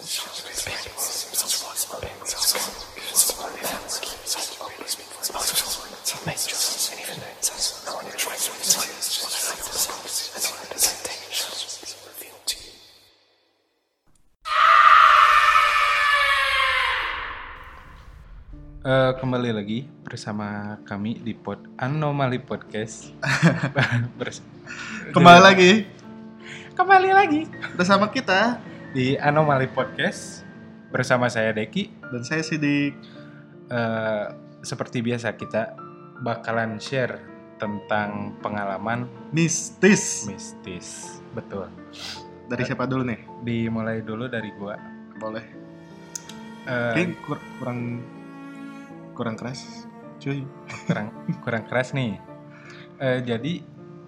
Kembali lagi bersama kami di Anomali Podcast. Kembali lagi bersama kita di Anomali Podcast bersama saya Deki dan saya Sidik. Seperti biasa kita bakalan share tentang pengalaman mistis. Betul. Dari siapa dulu nih? Dimulai dulu dari gua. Boleh. Kurang keras, cuy. Kurang keras nih. Jadi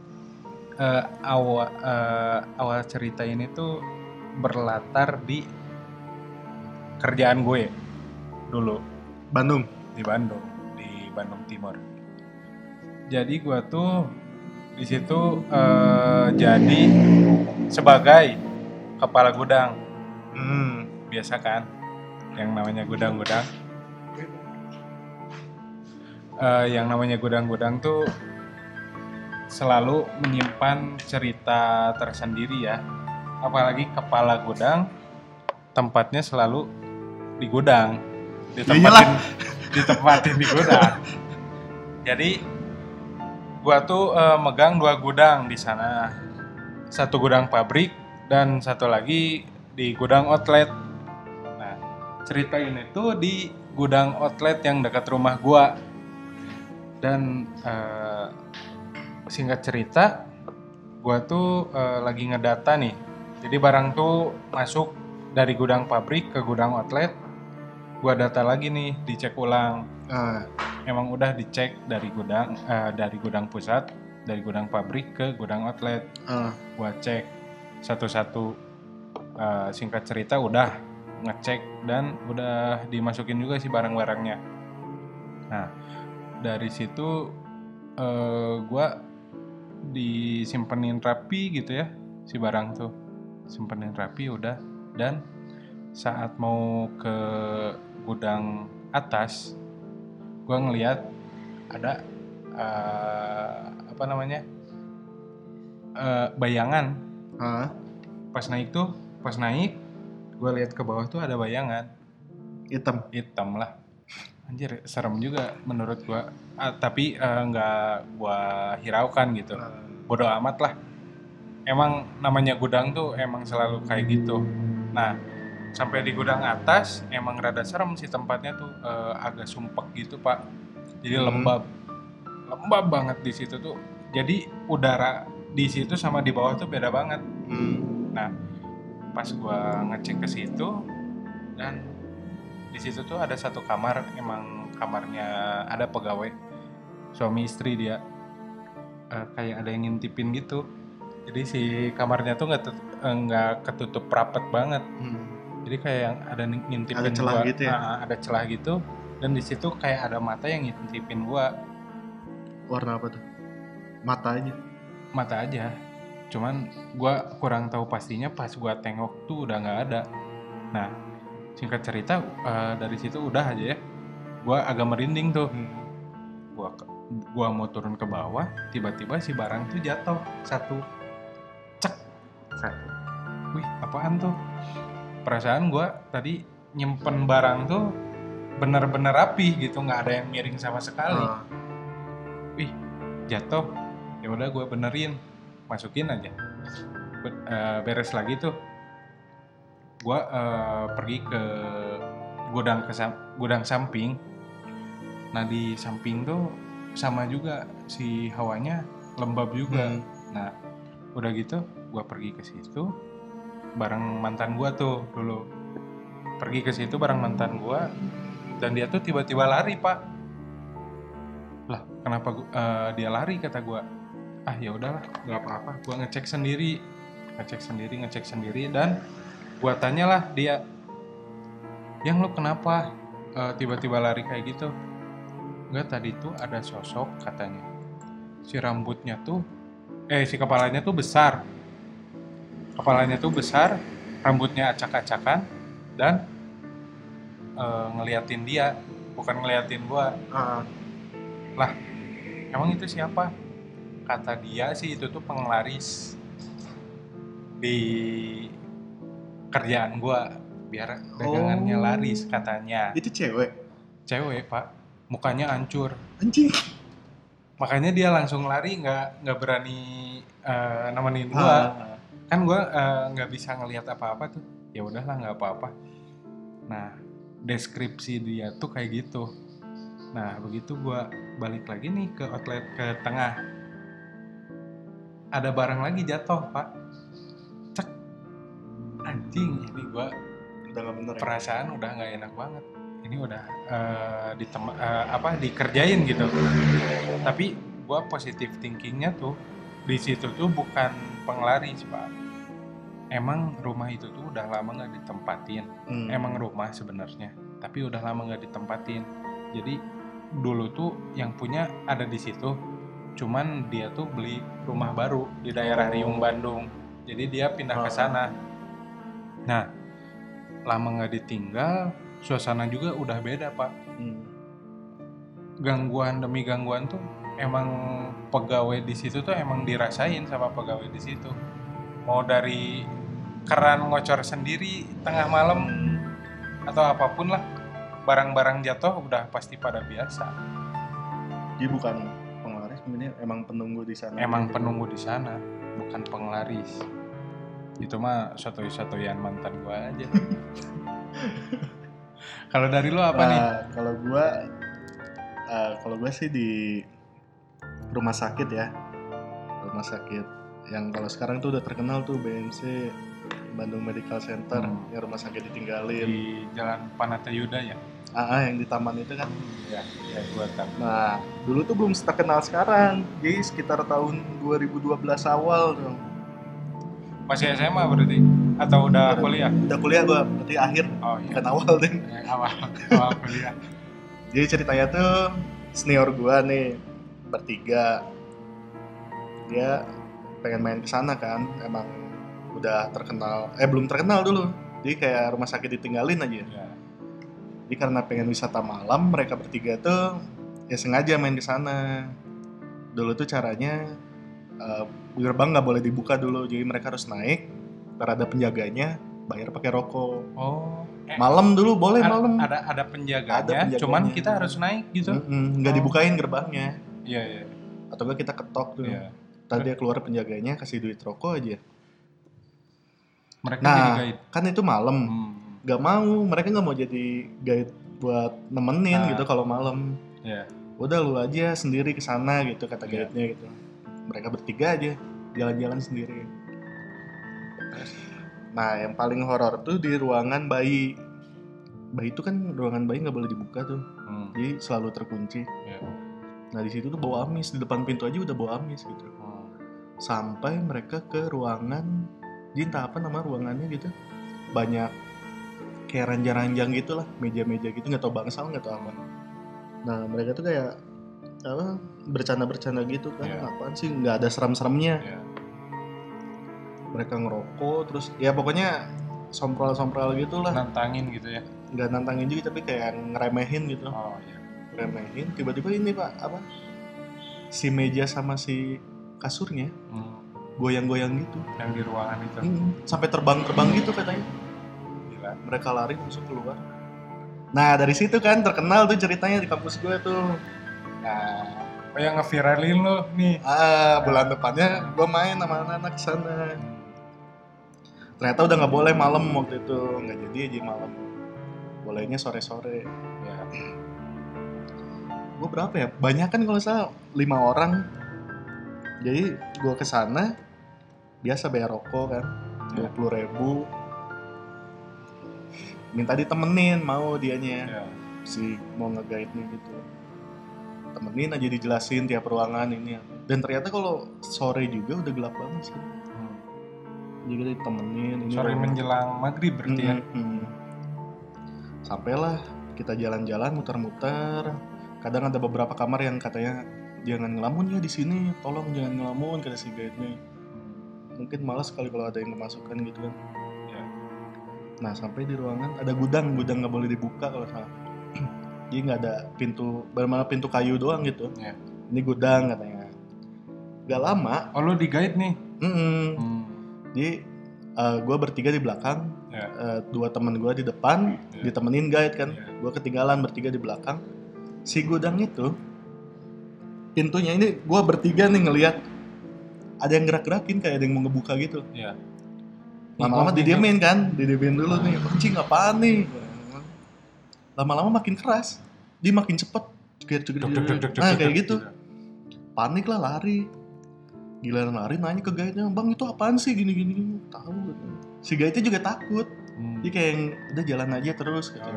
awal cerita ini tuh berlatar di kerjaan gue dulu. Di Bandung Timur. Jadi gue tuh di situ jadi sebagai kepala gudang. Biasa kan, yang namanya gudang-gudang. Yang namanya gudang-gudang tuh selalu menyimpan cerita tersendiri ya. Apalagi kepala gudang, tempatnya selalu di gudang, ditempatin di gudang. Jadi gua tuh megang 2 gudang di sana. Satu gudang pabrik dan satu lagi di gudang outlet. Nah, cerita ini tuh di gudang outlet yang dekat rumah gua. Dan singkat cerita, gua tuh lagi ngedata nih. Jadi barang tuh masuk dari gudang pabrik ke gudang outlet. Gua data lagi nih, dicek ulang. Emang udah dicek dari gudang pusat, dari gudang pabrik ke gudang outlet. Gua cek satu-satu. Singkat cerita udah ngecek dan udah dimasukin juga sih barang-barangnya. Nah, dari situ gue disimpenin rapi gitu ya, si barang tuh simpenin rapi udah. Dan saat mau ke gudang atas, gue ngeliat ada bayangan. Pas naik gue lihat ke bawah tuh ada bayangan hitam lah. Anjir, serem juga menurut gua. Tapi nggak gua hiraukan gitu. Bodo amat lah. Emang namanya gudang tuh emang selalu kayak gitu. Nah, sampai di gudang atas emang rada serem sih tempatnya tuh, agak sumpek gitu, Pak. Jadi lembab banget di situ tuh. Jadi udara di situ sama di bawah tuh beda banget. Nah, pas gua ngecek ke situ dan di situ tuh ada satu kamar, emang kamarnya ada pegawai suami istri dia, kayak ada yang ngintipin gitu. Jadi si kamarnya tuh nggak ketutup rapet banget. Jadi kayak yang ada ngintipin ada celah gua, gitu ya? Ada celah gitu. Dan di situ kayak ada mata yang ngintipin gua. Warna apa tuh? Mata aja. Cuman gua kurang tahu pastinya, pas gua tengok tuh udah nggak ada. Nah, singkat cerita dari situ udah aja ya, gue agak merinding tuh. Gue mau turun ke bawah, tiba-tiba si barang tuh jatuh satu. Wih, apaan tuh? Perasaan gue tadi nyimpen barang tuh bener-bener rapi gitu, nggak ada yang miring sama sekali. Wih, jatuh. Ya udah gue benerin, masukin aja. Beres lagi tuh. Gue pergi ke gudang samping. Nah, di samping tuh sama juga, si hawanya lembab juga. Nah, udah gitu gue pergi ke situ bareng mantan gue tuh dulu. Pergi ke situ bareng mantan gue dan dia tuh tiba-tiba lari, Pak. Lah, kenapa dia lari, kata gue. Ya udahlah, nggak apa-apa. Gue ngecek sendiri dan gua tanyalah dia, yang lu kenapa tiba-tiba lari kayak gitu? Enggak, tadi tuh ada sosok, katanya. Si kepalanya tuh besar, rambutnya acak-acakan, dan ngeliatin dia, bukan ngeliatin gua. Lah, emang itu siapa? Kata dia sih itu tuh penglaris di kerjaan gua, biar dagangannya laris katanya. Itu cewek? Cewek, Pak. Mukanya hancur. Anjing. Makanya dia langsung lari, nggak berani nemenin gua. Kan gua nggak bisa ngelihat apa-apa tuh. Ya udahlah, nggak apa-apa. Nah, deskripsi dia tuh kayak gitu. Nah, begitu gua balik lagi nih ke outlet ke tengah, ada barang lagi jatuh, Pak. Cek, anjing, ini gua Udah gak bener ya? perasaan udah nggak enak banget. Ini udah dikerjain gitu. Tapi gua positive thinkingnya tuh di situ tuh bukan penglaris, Pak. Emang rumah itu tuh udah lama nggak ditempatin. Emang rumah sebenarnya, tapi udah lama nggak ditempatin. Jadi dulu tuh yang punya ada di situ, cuman dia tuh beli rumah baru di daerah Riung, Bandung. Jadi dia pindah ke sana. Nah, lama nggak ditinggal, suasana juga udah beda, Pak. Gangguan demi gangguan tuh emang pegawai di situ tuh emang dirasain sama pegawai di situ. Mau dari keran ngocor sendiri tengah malam atau apapun lah, barang-barang jatuh udah pasti pada biasa. Jadi bukan penglaris, mungkin emang penunggu di sana. Emang penunggu di sana, bukan penglaris. Itu mah sotoy-sotoyan mantan gua aja. Kalau dari lu apa nih? Kalau gua sih di rumah sakit ya. Rumah sakit yang kalau sekarang tuh udah terkenal tuh BMC, Bandung Medical Center, yang rumah sakit ditinggalin di Jalan Panatayuda ya. Yang di taman itu kan. Ya gua tahu. Nah, dulu tuh belum terkenal sekarang. Jadi sekitar tahun 2012 awal tuh. Masih SMA berarti? Atau udah kuliah? Udah kuliah gua, berarti akhir. Bukan awal deh. Awal kuliah. Jadi ceritanya tuh senior gua nih bertiga, dia pengen main ke sana kan, emang udah terkenal, belum terkenal dulu, jadi kayak rumah sakit ditinggalin aja. Jadi karena pengen wisata malam, mereka bertiga tuh ya sengaja main ke sana. Dulu tuh caranya gerbang nggak boleh dibuka dulu, jadi mereka harus naik, ntar ada penjaganya, bayar pakai rokok. Malam dulu boleh malam. Ada penjaganya, cuman kita harus naik gitu. Nggak dibukain gerbangnya. Iya. Atau nggak kita ketok tuh. Ntar dia keluar penjaganya, kasih duit rokok aja. Mereka jadi guide. Kan itu malam. Gak mau, mereka nggak mau jadi guide buat nemenin gitu kalau malam. Udah lu aja sendiri ke sana gitu, kata guide-nya gitu. Mereka bertiga aja jalan-jalan sendiri. Nah, yang paling horor tuh di ruangan bayi. Bayi itu kan ruangan bayi nggak boleh dibuka tuh, jadi selalu terkunci. Nah di situ tuh bau amis, di depan pintu aja udah bau amis gitu. Sampai mereka ke ruangan, jadi entah apa nama ruangannya gitu, banyak kayak ranjang-ranjang gitulah, meja-meja gitu, nggak tau bangsal nggak tau apa. Nah mereka tuh kayak bercanda-bercanda gitu kan, apaan sih, nggak ada serem-seremnya. Mereka ngerokok terus ya pokoknya sompral-sompral gitulah. Nantangin gitu ya? Nggak nantangin juga, tapi kayak ngeremehin gitu. Remehin, tiba-tiba ini Pak, si meja sama si kasurnya goyang-goyang gitu. Yang di ruangan itu? Sampai terbang-terbang gitu katanya. Gila. Mereka lari masuk keluar. Nah dari situ kan terkenal tuh ceritanya di kampus gue tuh. Nah, yang ngeviralin lo nih. Bulan depannya gue main sama anak-anak kesana. Ternyata udah nggak boleh malam waktu itu, nggak jadi aja malam. Bolehnya sore-sore. Gue berapa ya? Banyak kan kalau salah 5 orang. Jadi gue kesana biasa bayar rokok kan 20.000. Minta ditemenin, mau dianya si mau nge-guide nih gitu. Temenin aja, dijelasin tiap ruangan ini. Dan ternyata kalau sore juga udah gelap banget sih. Jadi ditemenin. Sore menjelang maghrib berarti ya. Sampailah kita jalan-jalan muter-muter. Kadang ada beberapa kamar yang katanya jangan ngelamun ya di sini, tolong jangan ngelamun, kata si guide-nya. Mungkin malas sekali kalau ada yang kemasukan gitu kan. Nah sampai di ruangan ada gudang nggak boleh dibuka kalau salah. Jadi nggak ada pintu, benar-benar pintu kayu doang gitu. Yeah. Ini gudang katanya. Gak lama. Oh lu di guide nih? Jadi gue bertiga di belakang, dua teman gue di depan, ditemenin guide kan. Gue ketinggalan bertiga di belakang. Si gudang itu pintunya ini gue bertiga nih ngelihat ada yang gerak-gerakin kayak ada yang mau ngebuka gitu. Lama-lama didiemin kan, didiemin dulu nih. Anjing apaan nih? Lama-lama makin keras, dia makin cepet. Nah kayak gitu. Panik lah, lari. Giliran lari nanya ke guide-nya, bang itu apaan sih gini-gini. Tahu. Si guide-nya juga takut. Dia kayak yang udah jalan aja terus gitu.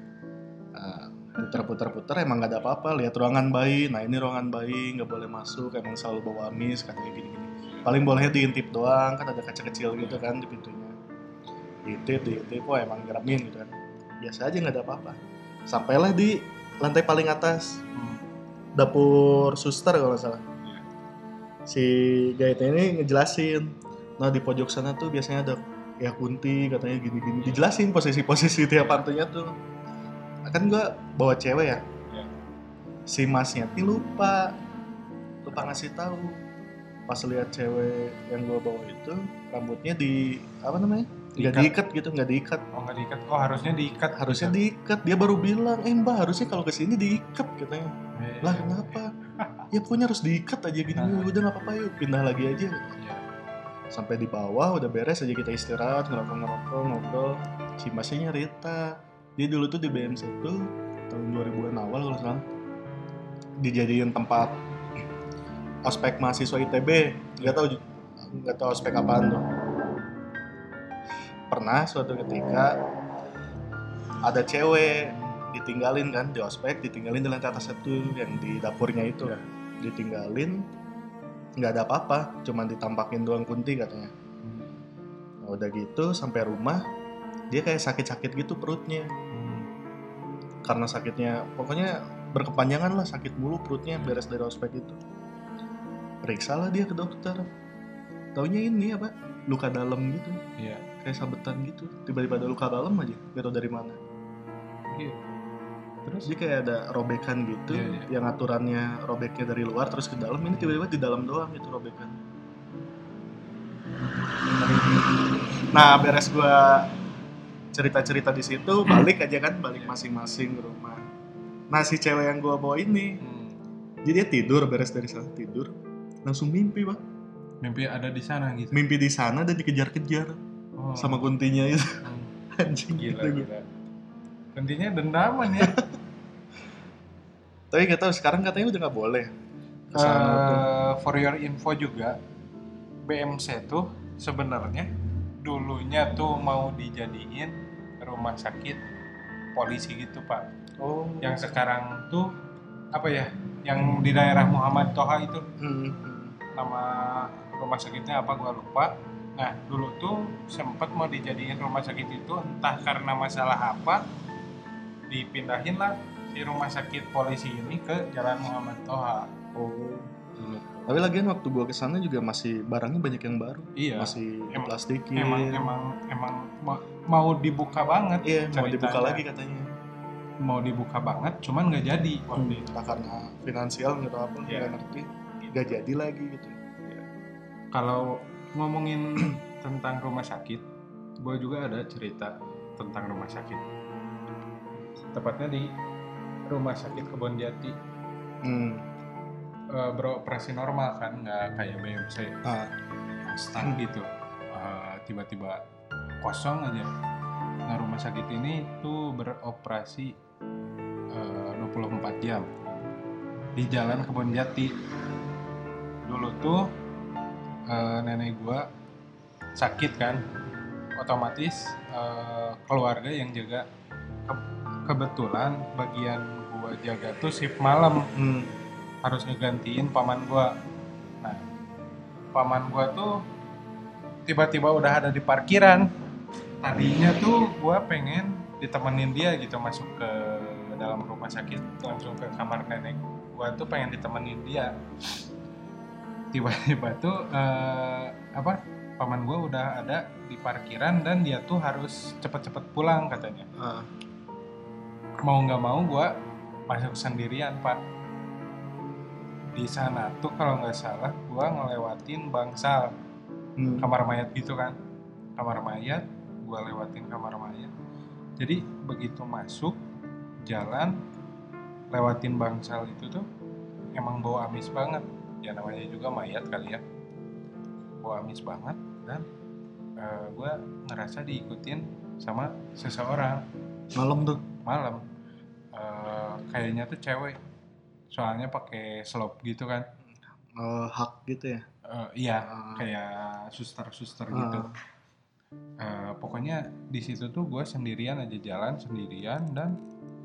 Putar-putar emang gak ada apa-apa, lihat ruangan bayi. Nah ini ruangan bayi nggak boleh masuk, emang selalu bawa amis katanya gini-gini. Paling bolehnya diintip doang, kan ada kaca kecil gitu kan di pintunya. Diintip, wah emang ngeremin gitu kan. Biasa aja nggak ada apa-apa. Sampailah di lantai paling atas, dapur suster kalau nggak salah. Si guide-nya ini ngejelasin, nah di pojok sana tuh biasanya ada ya kunti katanya gini-gini. Dijelasin posisi-posisi tiap hantunya tuh. Kan gue bawa cewek ya, si masnya lupa ngasih tahu. Pas lihat cewek yang gue bawa itu rambutnya di apa namanya nggak diikat gitu, nggak diikat. Oh harusnya diikat. Harusnya diikat. Dia baru bilang, mbak harusnya kalau kesini diikat katanya. Lah kenapa? Ya pokoknya harus diikat aja gini. Udah nggak apa-apa yuk pindah lagi aja. Sampai di bawah udah beres aja, kita istirahat ngerokok ngobrol. Si masnya nyerita. Dia dulu tuh di BMC tuh tahun 2000-an awal kalau salah dijadiin tempat ospek mahasiswa ITB. Nggak tahu ospek apaan tuh. Pernah suatu ketika ada cewek ditinggalin kan di ospek, ditinggalin di lantai atas itu yang di dapurnya itu. Ditinggalin nggak ada apa-apa, cuman ditampakin doang kunti katanya. Nah, udah gitu sampai rumah dia kayak sakit-sakit gitu perutnya. Karena sakitnya pokoknya berkepanjangan lah, sakit mulu perutnya beres dari ospek itu. Periksa lah dia ke dokter. Taunya ini apa? Luka dalam gitu. Kayak sabetan gitu. Tiba-tiba ada luka dalam aja, gak tau dari mana. Terus dia kayak ada robekan gitu, yang aturannya robeknya dari luar terus ke dalam, ini tiba-tiba di dalam doang itu robekan. Nah, beres gua cerita-cerita di situ, balik aja kan, balik masing-masing ke rumah. Nah, si cewek yang gua bawa ini, jadi dia tidur, beres dari sana tidur, langsung mimpi, Bang. Mimpi ada di sana gitu. Mimpi di sana dan dikejar-kejar sama kuntinya itu. Anjing gila. Kuntinya dendaman ya. Tapi gak tahu sekarang katanya udah nggak boleh. For your info juga, BMC tuh sebenarnya dulunya tuh mau dijadiin rumah sakit polisi gitu Pak. Yang sekarang tuh apa ya? Yang di daerah Muhammad Toha itu. Nama rumah sakitnya apa gua lupa. Nah dulu tuh sempat mau dijadiin rumah sakit itu, entah karena masalah apa dipindahin lah si rumah sakit polisi ini ke Jalan Muhammad Toha. Dulu. Tapi lagian waktu gua kesana juga masih barangnya banyak yang baru. Masih plastikin. Emang mau dibuka banget. Iya, mau dibuka lagi katanya. Mau dibuka banget, cuman nggak jadi. Entah karena finansial gitu apa, nggak ngerti. Nggak jadi lagi gitu. Kalau ngomongin tentang rumah sakit, gua juga ada cerita tentang rumah sakit. Tepatnya di Rumah Sakit Kebonjati. Beroperasi normal kan, nggak kayak BMC instan gitu. Tiba-tiba kosong aja. Nah rumah sakit ini tuh beroperasi 24 jam di Jalan Kebonjati. Dulu tuh nenek gua sakit kan, otomatis keluarga yang jaga. Kebetulan bagian gua jaga tuh shift malam, harus ngegantiin paman gua. Nah, paman gua tuh tiba-tiba udah ada di parkiran. Tadinya tuh gua pengen ditemenin dia gitu masuk ke dalam rumah sakit, langsung ke kamar nenek gua tuh pengen ditemenin dia. Tiba-tiba tuh paman gue udah ada di parkiran dan dia tuh harus cepet-cepet pulang katanya. Mau nggak mau gue masuk sendirian pak. Di sana tuh kalau nggak salah gue ngelewatin bangsal, kamar mayat gitu kan, kamar mayat, gue lewatin kamar mayat. Jadi begitu masuk jalan lewatin bangsal itu tuh emang bau amis banget. Ya namanya juga mayat kali ya, bau amis banget. Dan gue ngerasa diikutin sama seseorang. Malam kayaknya tuh cewek, soalnya pakai slop gitu kan. Hak gitu ya? Iya, kayak suster gitu. Pokoknya di situ tuh gue sendirian aja, jalan sendirian, dan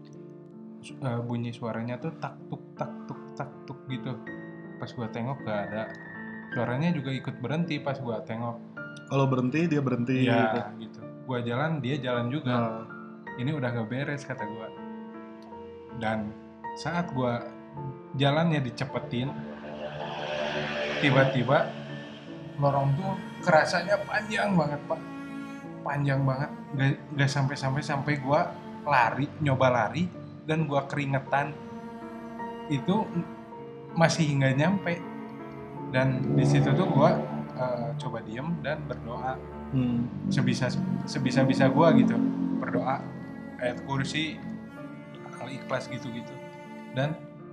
bunyi suaranya tuh tak tuk gitu. Pas gue tengok gak ada. Suaranya juga ikut berhenti pas gue tengok. Kalau berhenti dia berhenti. Iya gitu. Gue jalan dia jalan juga. Ini udah gak beres kata gue. Dan saat gue jalannya dicepetin, tiba-tiba lorong tuh kerasanya panjang banget pak, panjang banget, nggak sampai gue nyoba lari dan gue keringetan itu masih nggak nyampe. Dan di situ tuh gue coba diem dan berdoa sebisa gue gitu, berdoa ayat kursi, Al-Ikhlas gitu. Dan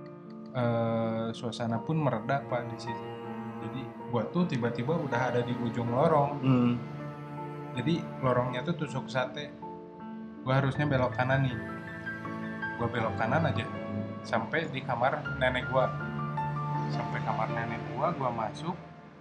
suasana pun mereda pak di situ. Jadi gue tuh tiba-tiba udah ada di ujung lorong. Jadi lorongnya tuh tusuk sate. Gue harusnya belok kanan nih. Gue belok kanan aja sampai di kamar nenek gue. Sampai kamar nenek gue masuk.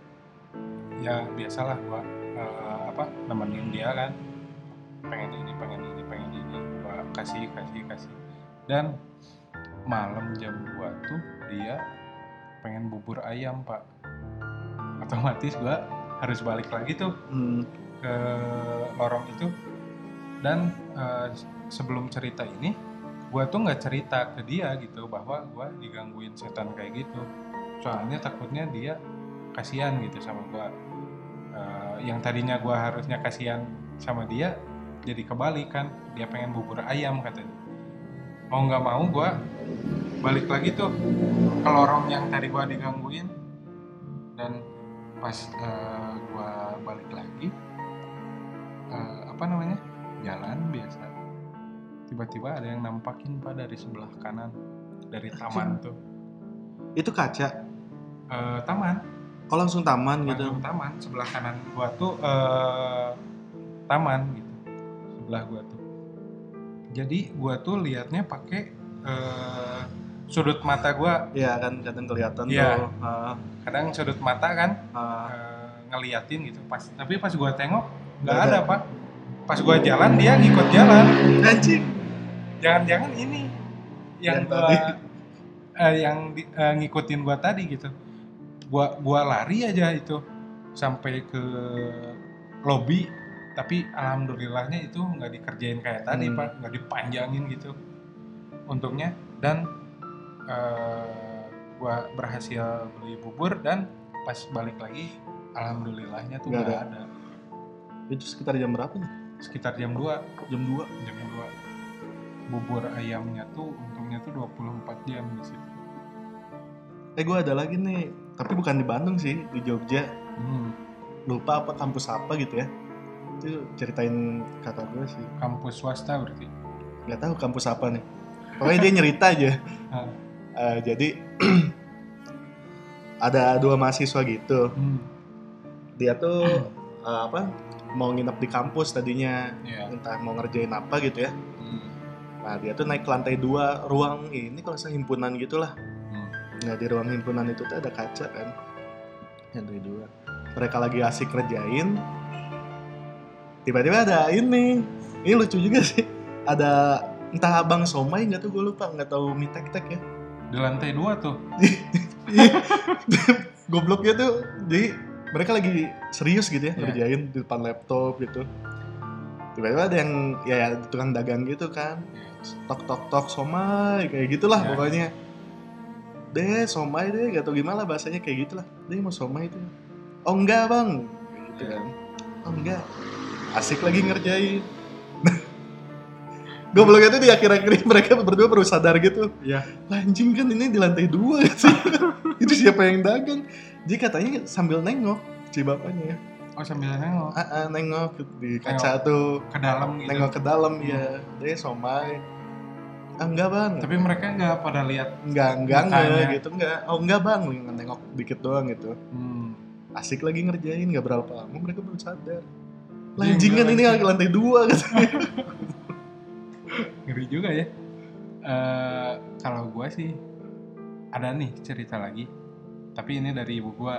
Ya biasalah gue nemenin dia kan. Pengen ini. Gue kasih. Dan malam jam 2 tuh dia pengen bubur ayam pak. Otomatis gue harus balik lagi tuh ke lorong itu. Dan sebelum cerita ini gue tuh nggak cerita ke dia gitu bahwa gue digangguin setan kayak gitu. Soalnya takutnya dia kasihan gitu sama gue. Yang tadinya gue harusnya kasihan sama dia jadi kebalik kan, dia pengen bubur ayam katanya. Mau nggak mau gue balik lagi tuh ke lorong yang tadi gue digangguin. Dan pas gue balik lagi jalan biasa, tiba-tiba ada yang nampakin pak dari sebelah kanan, dari taman tuh. Itu kaca? Taman. Oh langsung taman gitu? Langsung taman, sebelah kanan gue tuh taman gitu, sebelah gue tuh. Jadi gue tuh liatnya pakai sudut mata gue. Iya kan kadang kelihatan ya, tuh. Kadang sudut mata kan ngeliatin gitu. Tapi pas gue tengok nggak ada pak. Pas gue jalan dia ngikut jalan. Anjing. Jangan-jangan ini yang ngikutin gue tadi gitu. Gue lari aja itu sampai ke lobi. Tapi alhamdulillahnya itu nggak dikerjain kayak tadi pak, nggak dipanjangin gitu untungnya. Dan gue berhasil beli bubur dan pas balik lagi alhamdulillahnya tuh nggak ada. Itu sekitar jam berapa nih? Sekitar jam 2. Jam 2. Bubur ayamnya tuh untungnya tuh 24 jam di situ. Gue ada lagi nih, tapi bukan di Bandung sih, di Jogja. Lupa apa kampus apa gitu ya. Itu ceritain kakak gue sih. Kampus swasta berarti? Gak tahu kampus apa nih. Pokoknya dia nyerita aja. Jadi ada 2 mahasiswa gitu. Dia tuh mau nginep di kampus tadinya, entah mau ngerjain apa gitu ya. Nah dia tuh naik ke lantai 2 ruang ini kalau saya himpunan gitulah. Nah di ruang himpunan itu tuh ada kaca kan, lantai 2. Mereka lagi asik kerjain, tiba-tiba ada ini lucu juga sih. Ada entah abang somai nggak tuh, gue lupa, nggak tahu mie tek-tek ya. Di lantai 2 tuh. Gobloknya tuh, jadi mereka lagi serius gitu ya, ngerjain di depan laptop gitu. Tiba-tiba ada yang ya tukang dagang gitu kan, tok somai kayak gitulah pokoknya. Deh somai deh, gak tau gimana bahasanya kayak gitulah. Deh mau somai itu. Oh enggak bang, gitu kan. Oh enggak, asik lagi ngerjain. Gobloknya tuh di akhir-akhir ini mereka berdua baru sadar gitu. Iya. Anjing kan ini di lantai 2 sih. Itu siapa yang dagang? Jadi katanya sambil nengok si bapaknya. Oh sambil nengok? Nengok di kaca tuh. Ke dalam gitu? Nengok ke dalam ya. Dia somai. Enggak bang. Tapi mereka nggak pada lihat? Enggak gitu enggak. Oh enggak bang, nengok dikit doang gitu. Asik lagi ngerjain, nggak berapa lama mereka baru sadar. Anjing kan ini lantai 2 katanya. Ngeri juga ya. Kalau gue sih ada nih cerita lagi, tapi ini dari ibu gue.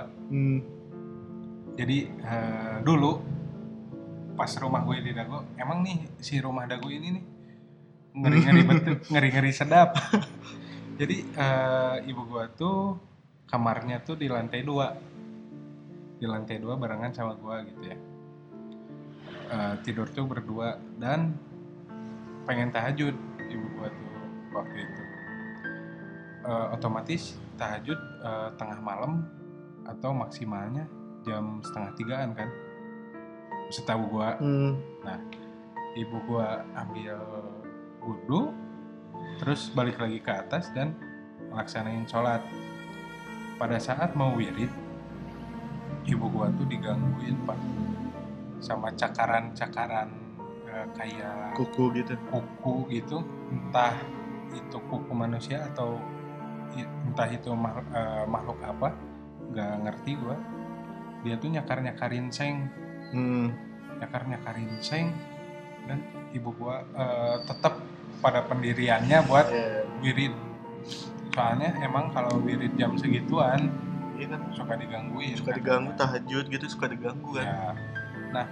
Jadi dulu pas rumah gue di Dago, emang nih si rumah Dago ini nih ngeri-ngeri betul, ngeri-ngeri sedap. Jadi ibu gue tuh kamarnya tuh di lantai 2, barengan sama gue gitu ya. Tidur tuh berdua dan pengen tahajud ibu gua tuh waktu itu. Otomatis tahajud tengah malam atau maksimalnya jam 2:30 kan, setahu gua. Nah ibu gua ambil wudu terus balik lagi ke atas dan melaksanain sholat. Pada saat mau wirid, ibu gua tuh digangguin pak sama cakaran kayak kuku gitu, entah itu kuku manusia atau entah itu makhluk apa, nggak ngerti gua. Dia tuh nyakarin seng, nyakarin seng, dan ibu gua tetap pada pendiriannya buat wirid. Soalnya emang kalau wirid jam segituan, iya kan suka digangguin. Tahajud gitu suka diganggu kan. Ya. Nah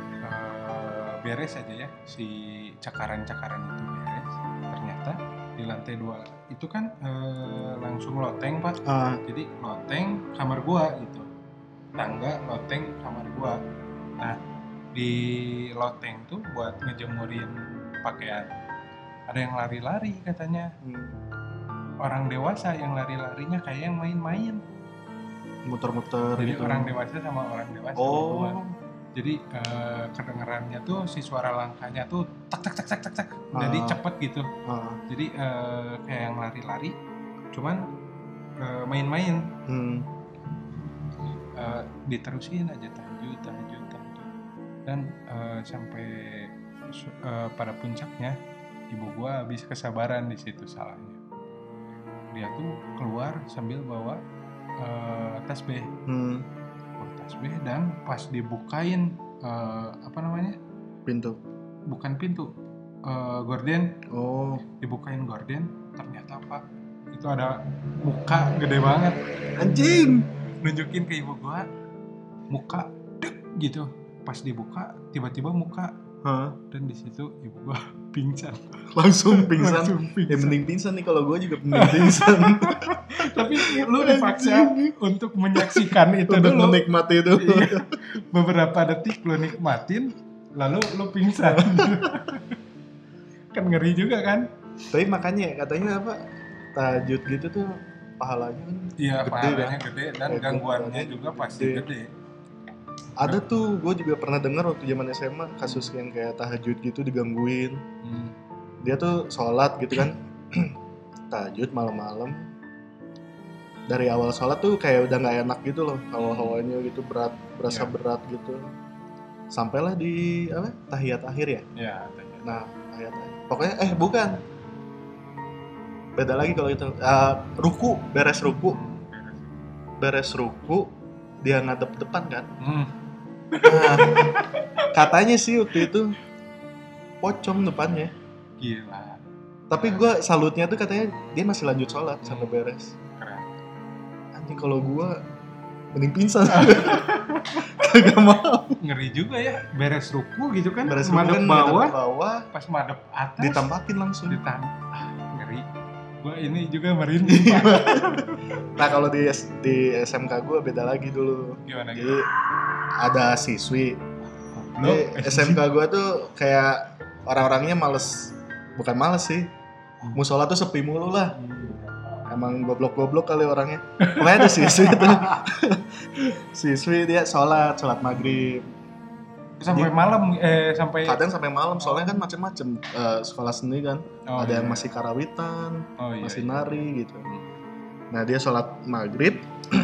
beres aja ya si cakaran-cakaran itu beres. Ternyata di lantai 2 itu kan langsung loteng pak. Jadi loteng kamar gua gitu, tangga loteng kamar gua. Nah di loteng tuh buat ngejemurin pakaian ada yang lari-lari katanya. Orang dewasa yang lari-larinya kayak yang main-main, muter-muter jadi gitu. Orang dewasa sama orang dewasa berdua. Jadi kedengerannya tuh si suara langkahnya tuh tak tak tak tak tak tak. Jadi cepet gitu. Jadi kayak yang lari-lari, cuman main-main. Diterusin aja tahajud. Dan sampai pada puncaknya ibu gua habis kesabaran di situ salahnya. Dia tuh keluar sambil bawa tasbih. Tasbih dan pas dibukain pintu, bukan pintu, gorden. Dibukain gorden, ternyata pak itu ada muka gede banget, anjing, nunjukin ke ibu gua muka dek gitu. Pas dibuka tiba-tiba muka, dan di situ ibu gua pingsan. Langsung pingsan. Ya mending pingsan nih, kalau gue juga mending pingsan. Tapi lu dipaksa untuk menyaksikan itu untuk dulu, menikmati itu. Iya. Beberapa detik lu nikmatin, lalu lu pingsan. Kan ngeri juga kan? Tapi makanya katanya apa, tahajud gitu tuh pahalanya kan gede, pahalanya kan? Gede dan gangguannya juga pasti gede. Ada tuh, gue juga pernah dengar waktu zaman SMA kasus yang kayak tahajud gitu digangguin. Dia tuh sholat gitu kan, tahajud malam-malam. Dari awal sholat tuh kayak udah nggak enak gitu loh, hawa-hawanya gitu berasa berat gitu. Sampailah di tahiyat akhir ya. Iya, tahiyat. Nah, tahiyat akhir. Pokoknya bukan. Beda lagi kalau itu. Ruku, beres ruku dia ngadep depan kan. Nah, katanya sih waktu itu pocong depannya. Gila. Tapi gue salutnya tuh katanya dia masih lanjut sholat sampai beres. Keren. Anjing, kalau gue mending pingsan. Kagak mau. Ngeri juga ya, beres ruku gitu kan. Beres madep bawah, pas madep atas ditampakin langsung. Ngeri. Gue ini juga merinding. Nah kalau di SMK gue beda lagi dulu. Gimana? Jadi ada siswi. SMK gue tuh kayak orang-orangnya bukan males sih. Musola tuh sepi mulu lah. Emang goblok-goblok kali orangnya. Pokoknya ada siswi itu. Siswi dia sholat maghrib. Sampai malam, sampai... Kadang sampai malam, soalnya kan macam-macam. Sekolah seni kan, ada yang masih karawitan, masih nari gitu. Nah dia sholat maghrib.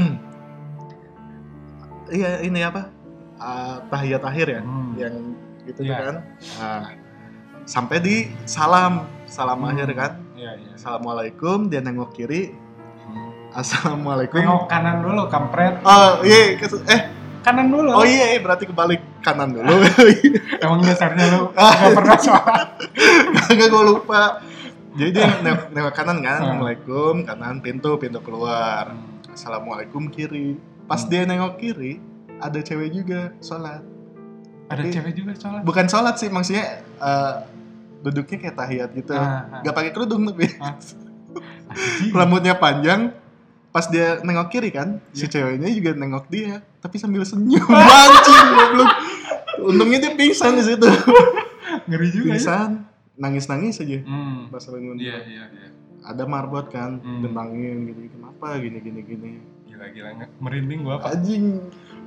Iya ini apa? Tahiyat akhir ya, yang gitu kan. Nah, sampai di salam akhir kan. Assalamualaikum, dia nengok kiri. Assalamualaikum. Nengok kanan dulu, kampret. Oh iya, kanan dulu. Oh iya, berarti kebalik kanan dulu. Emang dasarnya lu nggak pernah sholat? Nggak, gue lupa. Jadi dia nengok kanan kan, Assalamualaikum, kanan pintu keluar. Assalamualaikum kiri. Pas dia nengok kiri, ada cewek juga sholat. Cewek juga sholat? Bukan sholat sih, maksudnya duduknya kayak tahiyat gitu. Gak pakai kerudung tapi. Rambutnya panjang. Pas dia nengok kiri kan, si ceweknya juga nengok dia, tapi sambil senyum. Anjing, goblok. Untungnya dia pingsan di situ. Ngeri juga. Pingsan, nangis aja. Pas bangun. Iya. Ada marbot kan, benangin gitu. Kenapa gini. Gila, merinding gua apa? Anjing.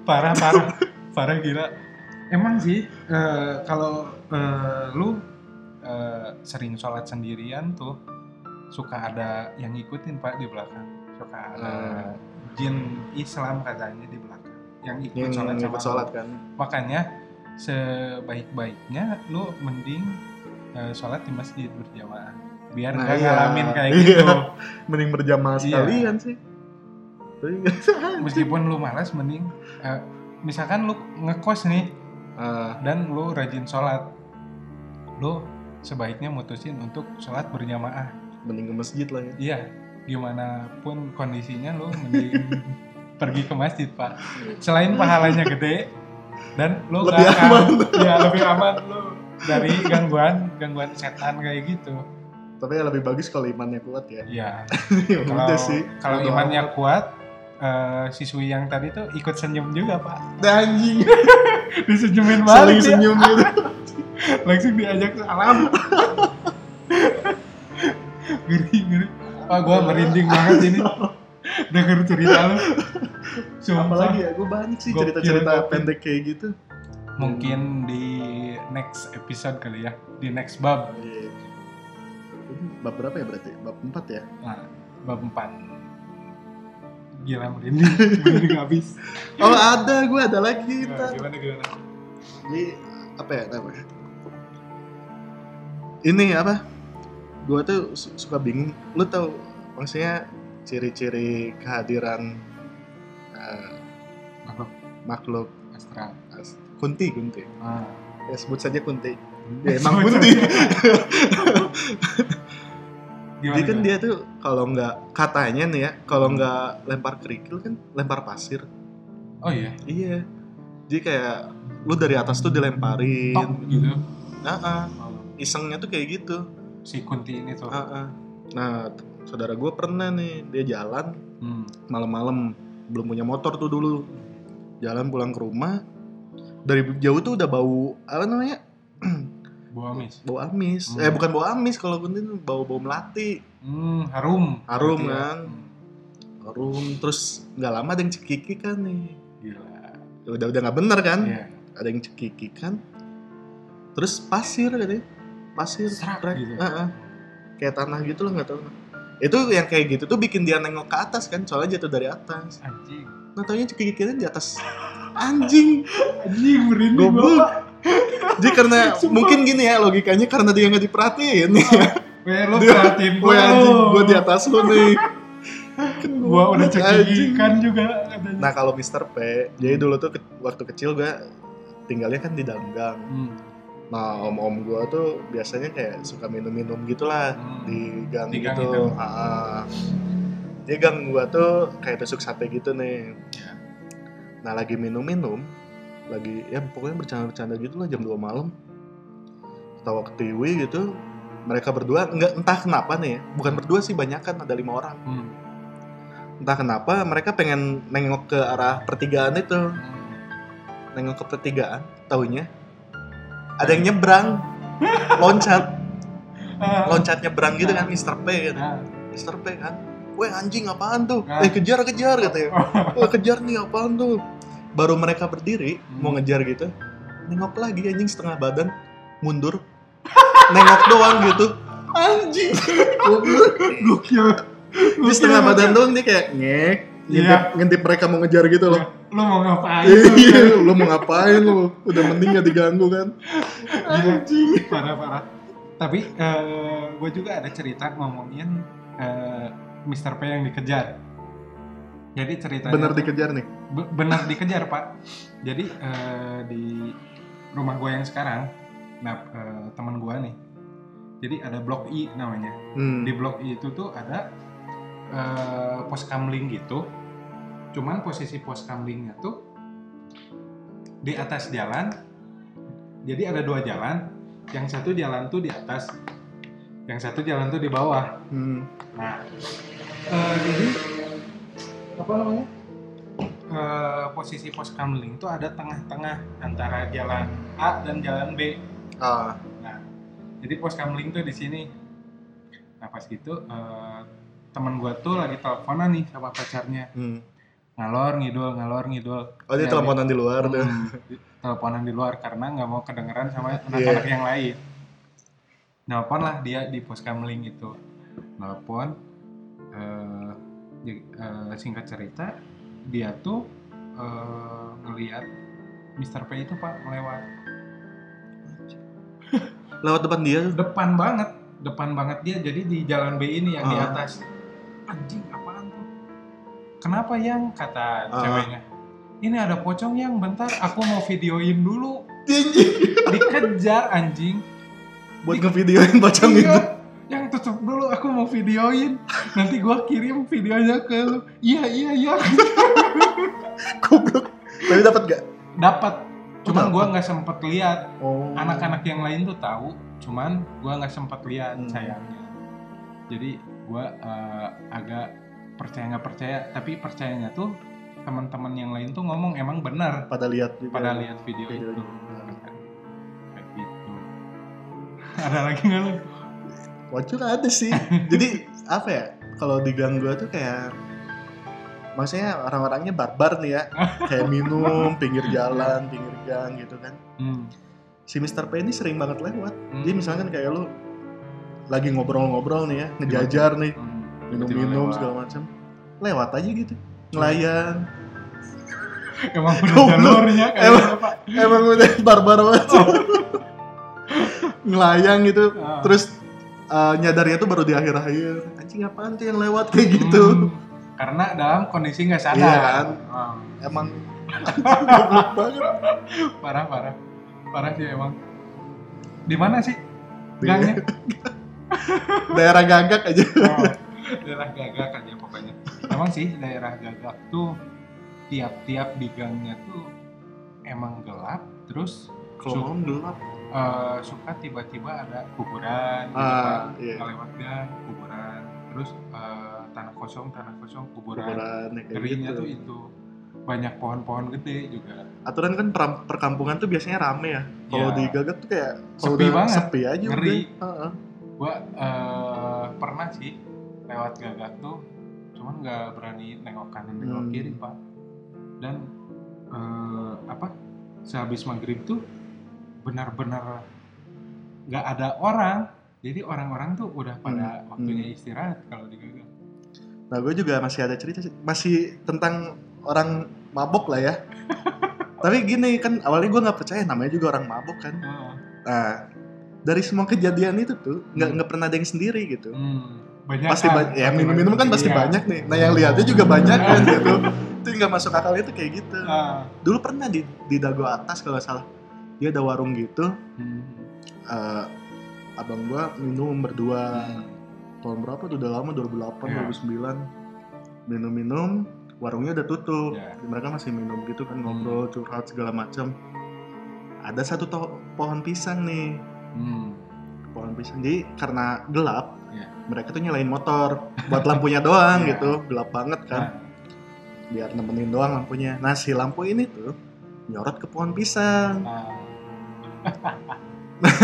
Parah gila. Emang sih kalau lu sering sholat sendirian tuh suka ada yang ngikutin Pak di belakang, suka ada jin Islam katanya di belakang yang ikut sholat kan. Makanya sebaik-baiknya lu mending sholat di masjid berjamaah biar nggak ngalamin kayak gitu. Mending berjamaah sekalian sih. Meskipun lu malas, mending misalkan lu ngekos nih dan lu rajin sholat, lu sebaiknya mutusin untuk sholat berjamaah. Mending ke masjid lah ya. Iya, gimana pun kondisinya lu mending pergi ke masjid Pak. Selain pahalanya gede dan lu lebih aman. Ya lebih aman lu dari gangguan setan kayak gitu. Tapi ya lebih bagus kalau imannya kuat ya. Iya. Kalau imannya kuat, siswi yang tadi tuh ikut senyum juga Pak. Anjing. Disenyumin balik. Saling senyum gitu. Langsung diajak salam. Ngeri. Wah, gue merinding banget ini. Denger cerita lu. Apalagi ya, gue banyak sih cerita-cerita pendek kayak gitu. Mungkin di next episode kali ya, di next bab. Ini bab berapa ya berarti? Bab 4 ya? Nah, bab 4. Gila merinding habis. Oh gue ada lagi. Gimana? Ini apa ya namanya? Ini apa? Gue tuh suka bingung. Lu tahu maksudnya ciri-ciri kehadiran makhluk astral. Kunti. Ya sebut saja Kunti. Ya emang Kunti. Jadi kan dia tuh kalau nggak katanya nih ya, kalau nggak lempar kerikil kan lempar pasir. Oh iya. Iya. Jadi kayak lu dari atas tuh dilemparin. Tok gitu. Isengnya tuh kayak gitu. Si Kunti ini tuh. Nah, saudara gue pernah nih, dia jalan malam-malam, belum punya motor tuh dulu. Jalan pulang ke rumah, dari jauh tuh udah bau apa namanya? Bau amis. Bukan bau amis, kalau Kunti tuh bau melati. Harum kan. Harum, terus nggak lama ada yang cekiki kan nih. Gila. Udah nggak bener kan? Yeah. Ada yang cekiki kan. Terus pasir katanya. Pasir gitu. Kayak tanah gitu loh, nggak tahu. Itu yang kayak gitu tuh bikin dia nengok ke atas kan, soalnya jatuh dari atas. Anjing. Nah taunya cekikiran di atas. Anjing merinding goblok. Jadi karena mungkin gini ya logikanya, karena dia nggak diperhatiin nih. Lu perhatiin gue. Anjing, gue di atas lu nih. Gue udah cekikikan juga. Nah kalau Mr. P, jadi dulu tuh waktu kecil gue tinggalnya kan di dalam gang. Nah om-om gue tuh biasanya kayak suka minum-minum gitulah di gang gitu. Jadi gang gue tuh kayak tusuk sate gitu nih. Nah lagi minum-minum, lagi ya pokoknya bercanda-bercanda gitu lah jam 2 malam. Ketawa ketiwi gitu. Mereka berdua, entah kenapa nih ya, bukan berdua sih, banyakan, ada 5 orang. Entah kenapa mereka pengen nengok ke arah pertigaan itu. Nengok ke pertigaan, taunya ada yang nyebrang, loncat nyebrang gitu kan, Mr. P gitu. Mr. P kan, weh anjing apaan tuh? Kejar katanya. Kejar nih apaan tuh? Baru mereka berdiri mau ngejar gitu, nengok lagi anjing setengah badan mundur, nengok doang gitu. Anjing. Gokil. Di setengah badan doang dia kayak ngintip mereka mau ngejar gitu loh. Lu mau ngapain? Lu mau ngapain lu? Udah mending gak diganggu kan. Anjing. Parah. Tapi gue juga ada cerita ngomongin Mr. P yang dikejar. Jadi ceritanya bener dikejar nih? Bener dikejar Pak. Jadi di rumah gue yang sekarang, teman gue nih. Jadi ada blok I namanya. Di blok I itu tuh ada pos kamling gitu. Cuman posisi pos kamlingnya tuh di atas jalan. Jadi ada 2 jalan. Yang satu jalan tuh di atas, yang satu jalan tuh di bawah. Nah, jadi apa namanya? Posisi pos kamling tuh ada tengah-tengah antara jalan A dan jalan B. Nah, jadi pos kamling tuh di sini. Nah pas gitu teman gue tuh lagi teleponan nih sama pacarnya. Ngalor ngidul. Oh dia teleponan di luar tuh. Teleponan di luar karena nggak mau kedengeran sama anak-anak yang lain. Nelpon lah dia di pos kamling itu. Nelpon, singkat cerita dia tuh ngelihat Mr. P itu Pak melewat. Lewat depan dia? Depan banget dia. Jadi di jalan B ini yang di atas. Anjing apaan tuh? Kenapa yang kata ceweknya? Ini ada pocong yang bentar aku mau videoin dulu. Dikejar anjing. Buat ngevideoin pocong itu. Yang tutup dulu aku mau videoin. Nanti gua kirim videonya ke lu. Iya. Goblok. Tapi dapat gak? Dapat. Cuman gua enggak sempet lihat. Anak-anak yang lain tuh tahu, cuman gua enggak sempet lihat sayangnya. Jadi gua agak percaya nggak percaya, tapi percayanya tuh teman-teman yang lain tuh ngomong emang benar. Pada lihat video itu. Kayak gitu. Ada lagi nggak lo? Wajar ada sih. Jadi apa ya? Kalau di gang gua tuh kayak, maksudnya orang-orangnya barbar nih ya. Kayak minum pinggir jalan, pinggir gang gitu kan. Si Mr. P ini sering banget lewat. Jadi misalkan kayak lu lagi ngobrol-ngobrol nih ya, ngejajar nih. Minum-minum segala macam, lewat aja gitu, ngelayang. Emang udah jalurnya kayak Pak. Emang udah barbar banget. Ngelayang gitu, terus nyadarnya tuh baru di akhir-akhir. Anjing apaan tuh yang lewat kayak gitu? Karena dalam kondisi nggak sadar. Iya kan? Emang goblok banget. Parah sih emang. Di mana sih gangnya? Daerah Gagak aja. Daerah Gagak aja pokoknya. Emang sih daerah Gagak tuh tiap di gangnya tuh emang gelap, terus kalau gelap suka tiba-tiba ada kuburan gitu kan. Lewat gang kuburan, terus tanah kosong kuburan. Ngerinya gitu. Tuh itu banyak pohon-pohon gede juga. Aturan kan perkampungan tuh biasanya rame ya. Kalau di Gagak tuh kayak sepi banget, sepi aja. Ngeri. Gua pernah sih lewat Gagak tuh, cuman nggak berani nengok kanan nengok kiri Pak. Dan sehabis maghrib tuh benar-benar nggak ada orang. Jadi orang-orang tuh udah pada waktunya istirahat kalau di Gagak. Nah gue juga masih ada cerita sih, masih tentang orang mabok lah ya. Tapi gini kan awalnya gue nggak percaya, namanya juga orang mabok kan. Nah dari semua kejadian itu tuh nggak pernah ada yang sendiri gitu. Banyak pasti ya minum-minum kan pasti banyak nih. Nah yang lihatnya juga banyak kan gitu. Itu nggak masuk akal itu kayak gitu. Dulu pernah di Dago Atas kalau nggak salah, dia ada warung gitu. Abang gua minum berdua. Tahun berapa tuh, udah lama, 2008 2009. Minum warungnya udah tutup. Mereka masih minum gitu kan, ngobrol curhat segala macam. Ada satu pohon pisang nih. Pohon pisang. Jadi karena gelap, mereka tuh nyalain motor buat lampunya doang gitu, gelap banget kan. Biar nemenin doang lampunya. Nah si lampu ini tuh nyorot ke pohon pisang.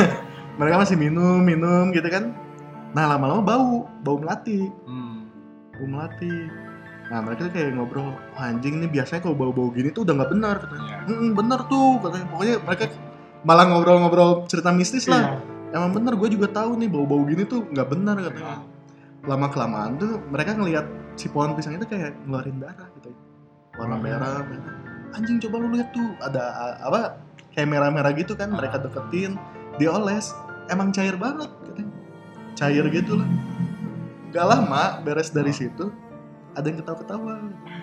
Mereka masih minum gitu kan. Nah lama-lama bau melati. Bu Melati. Nah mereka tuh kayak ngobrol, anjing nih biasanya kalau bau-bau gini tuh udah nggak benar katanya. Bener tuh katanya. Pokoknya mereka malah ngobrol-ngobrol cerita mistis lah. Emang bener, gue juga tahu nih bau-bau gini tuh nggak benar katanya. Lama kelamaan tuh mereka ngelihat si pohon pisang itu kayak ngeluarin darah gitu, warna merah. Anjing coba lu lihat tuh ada apa kayak merah-merah gitu kan. Mereka deketin, dioles, emang cair banget katanya. Cair gitu lah. Gak lama beres dari situ ada yang ketawa-ketawa.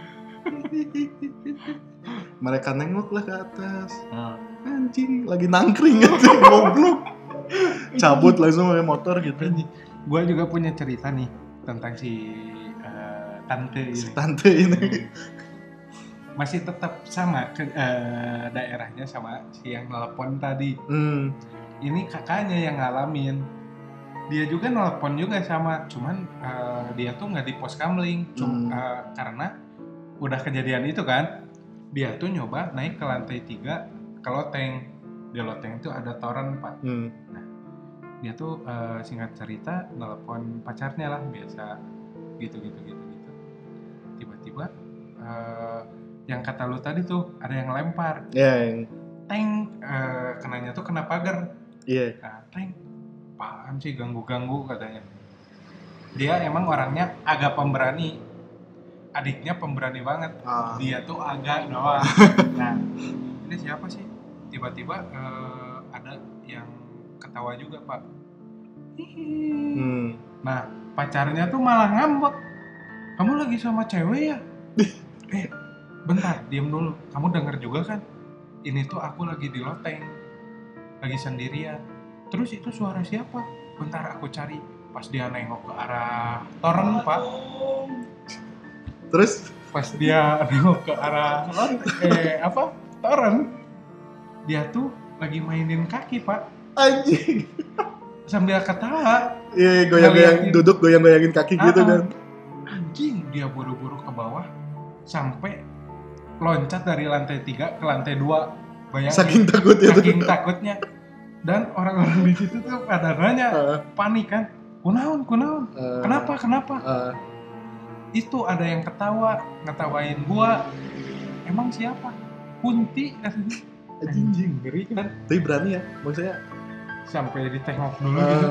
Mereka nengok lah ke atas. Anjing lagi nangkring aja, goblok. Cabut langsung pakai motor gitu. Gue juga punya cerita nih tentang si tante ini. Masih tetap sama daerahnya sama si yang nelpon tadi. Ini kakaknya yang ngalamin. Dia juga nelpon juga sama, cuman dia tuh nggak di pos kamling, karena udah kejadian itu kan. Dia tuh nyoba naik ke lantai 3 ke loteng. Di loteng itu ada toren Pak. Nah, dia tuh singkat cerita nelpon pacarnya lah biasa gitu. Tiba-tiba yang kata lu tadi tuh ada yang lempar. Yang kenanya tuh kena pagar. Nah, apaan sih ganggu-ganggu katanya. Dia emang orangnya agak pemberani. Adiknya pemberani banget. Dia tuh agak doang. Nah, ini siapa sih? Tiba-tiba ada yang ketawa juga, Pak. Nah, pacarnya tuh malah ngambek. Kamu lagi sama cewek ya? Bentar, diam dulu. Kamu denger juga kan? Ini tuh aku lagi di loteng. Lagi sendirian. Terus itu suara siapa? Bentar aku cari. Pas dia nengok ke arah toren, Pak. Terus? Pas dia nengok ke arah toren. Dia tuh lagi mainin kaki, Pak. Anjing. Sambil ketawa. Iya, goyang-goyangin kaki gitu kan. Anjing, dia buru-buru ke bawah. Sampai loncat dari lantai 3 ke lantai 2. Bayangin. Saking takutnya. Dan orang-orang di situ tuh pada nanya, panik kan, kunaon, kenapa? Itu ada yang ngetawain gua. Emang siapa? Kunti. Anjing, ngeri kan? Tapi berani ya, maksudnya sampai ditengok dulu gitu.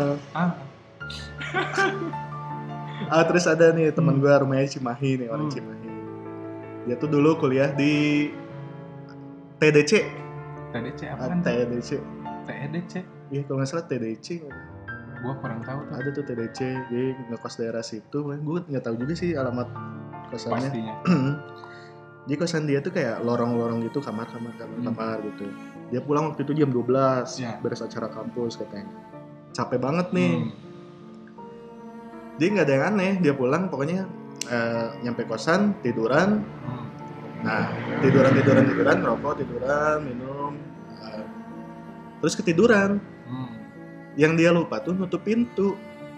Terus ada nih teman gua rumahnya Cimahi nih, orang Cimahi. Dia tuh dulu kuliah di TDC apa? TEDC? Iya kalau nggak salah TDC. Gua kurang tahu tuh. Ada tuh TDC, dia ngekos daerah situ. Gue nggak tahu juga sih alamat kosannya. Pastinya. Jadi kosan dia tuh kayak lorong-lorong gitu, kamar gitu. Dia pulang waktu itu jam 12, beres acara kampus katanya. Capek banget nih. Dia nggak ada yang aneh, dia pulang pokoknya nyampe kosan tiduran. Nah tiduran, rokok, minum. Terus ketiduran. Yang dia lupa tuh nutup pintu.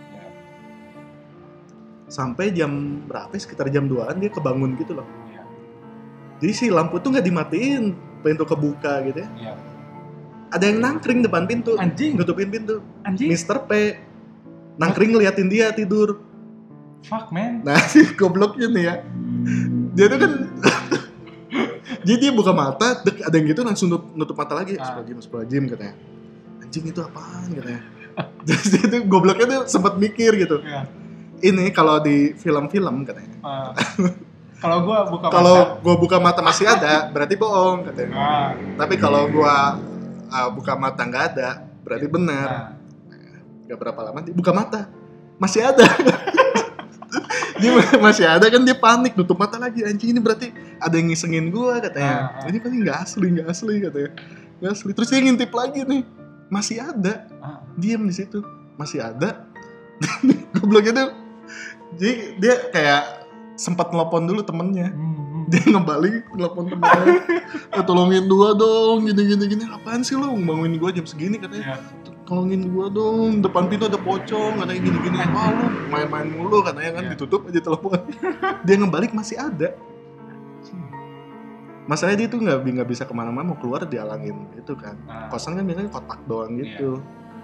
Sampai jam berapa? Sekitar jam 2-an dia kebangun gitu loh. Jadi si lampu tuh nggak dimatiin, pintu kebuka gitu ya. Ada yang nangkring depan pintu, nutupin pintu. Mr. P nangkring ngeliatin dia tidur. Fuck man. Nah si gobloknya nih ya, dia tuh kan jadi dia buka mata, ada yang gitu langsung nutup mata lagi. Astagfirullahaladzim katanya. Anjing itu apaan katanya. Jadi itu gobloknya tuh sempat mikir gitu. Ini kalau di film-film katanya. Kalau gua buka mata masih ada, berarti bohong katanya. Tapi kalau gua buka mata nggak ada, berarti benar. Gak berapa lama dia buka mata, masih ada. Dia masih ada kan, dia panik nutup mata lagi. Anjing ini berarti ada yang ngisengin gua katanya. Ini pasti nggak asli katanya. Nggak asli. Terus dia ngintip lagi nih, masih ada. Diam di situ, masih ada. Gobloknya tuh. Jadi dia kayak sempat nelpon dulu temennya. Dia ngebalik nelpon temennya. Tolongin gua dong, gini. Apaan sih lu bangunin gua jam segini katanya. Tolongin gua dong, depan pintu ada pocong katanya gini. Lu main-main mulu katanya kan, ditutup aja telepon. Dia ngebalik masih ada. Masalahnya dia tuh nggak bisa kemana-mana, mau keluar dialangin itu kan. Kosan kan biasanya kotak doang gitu.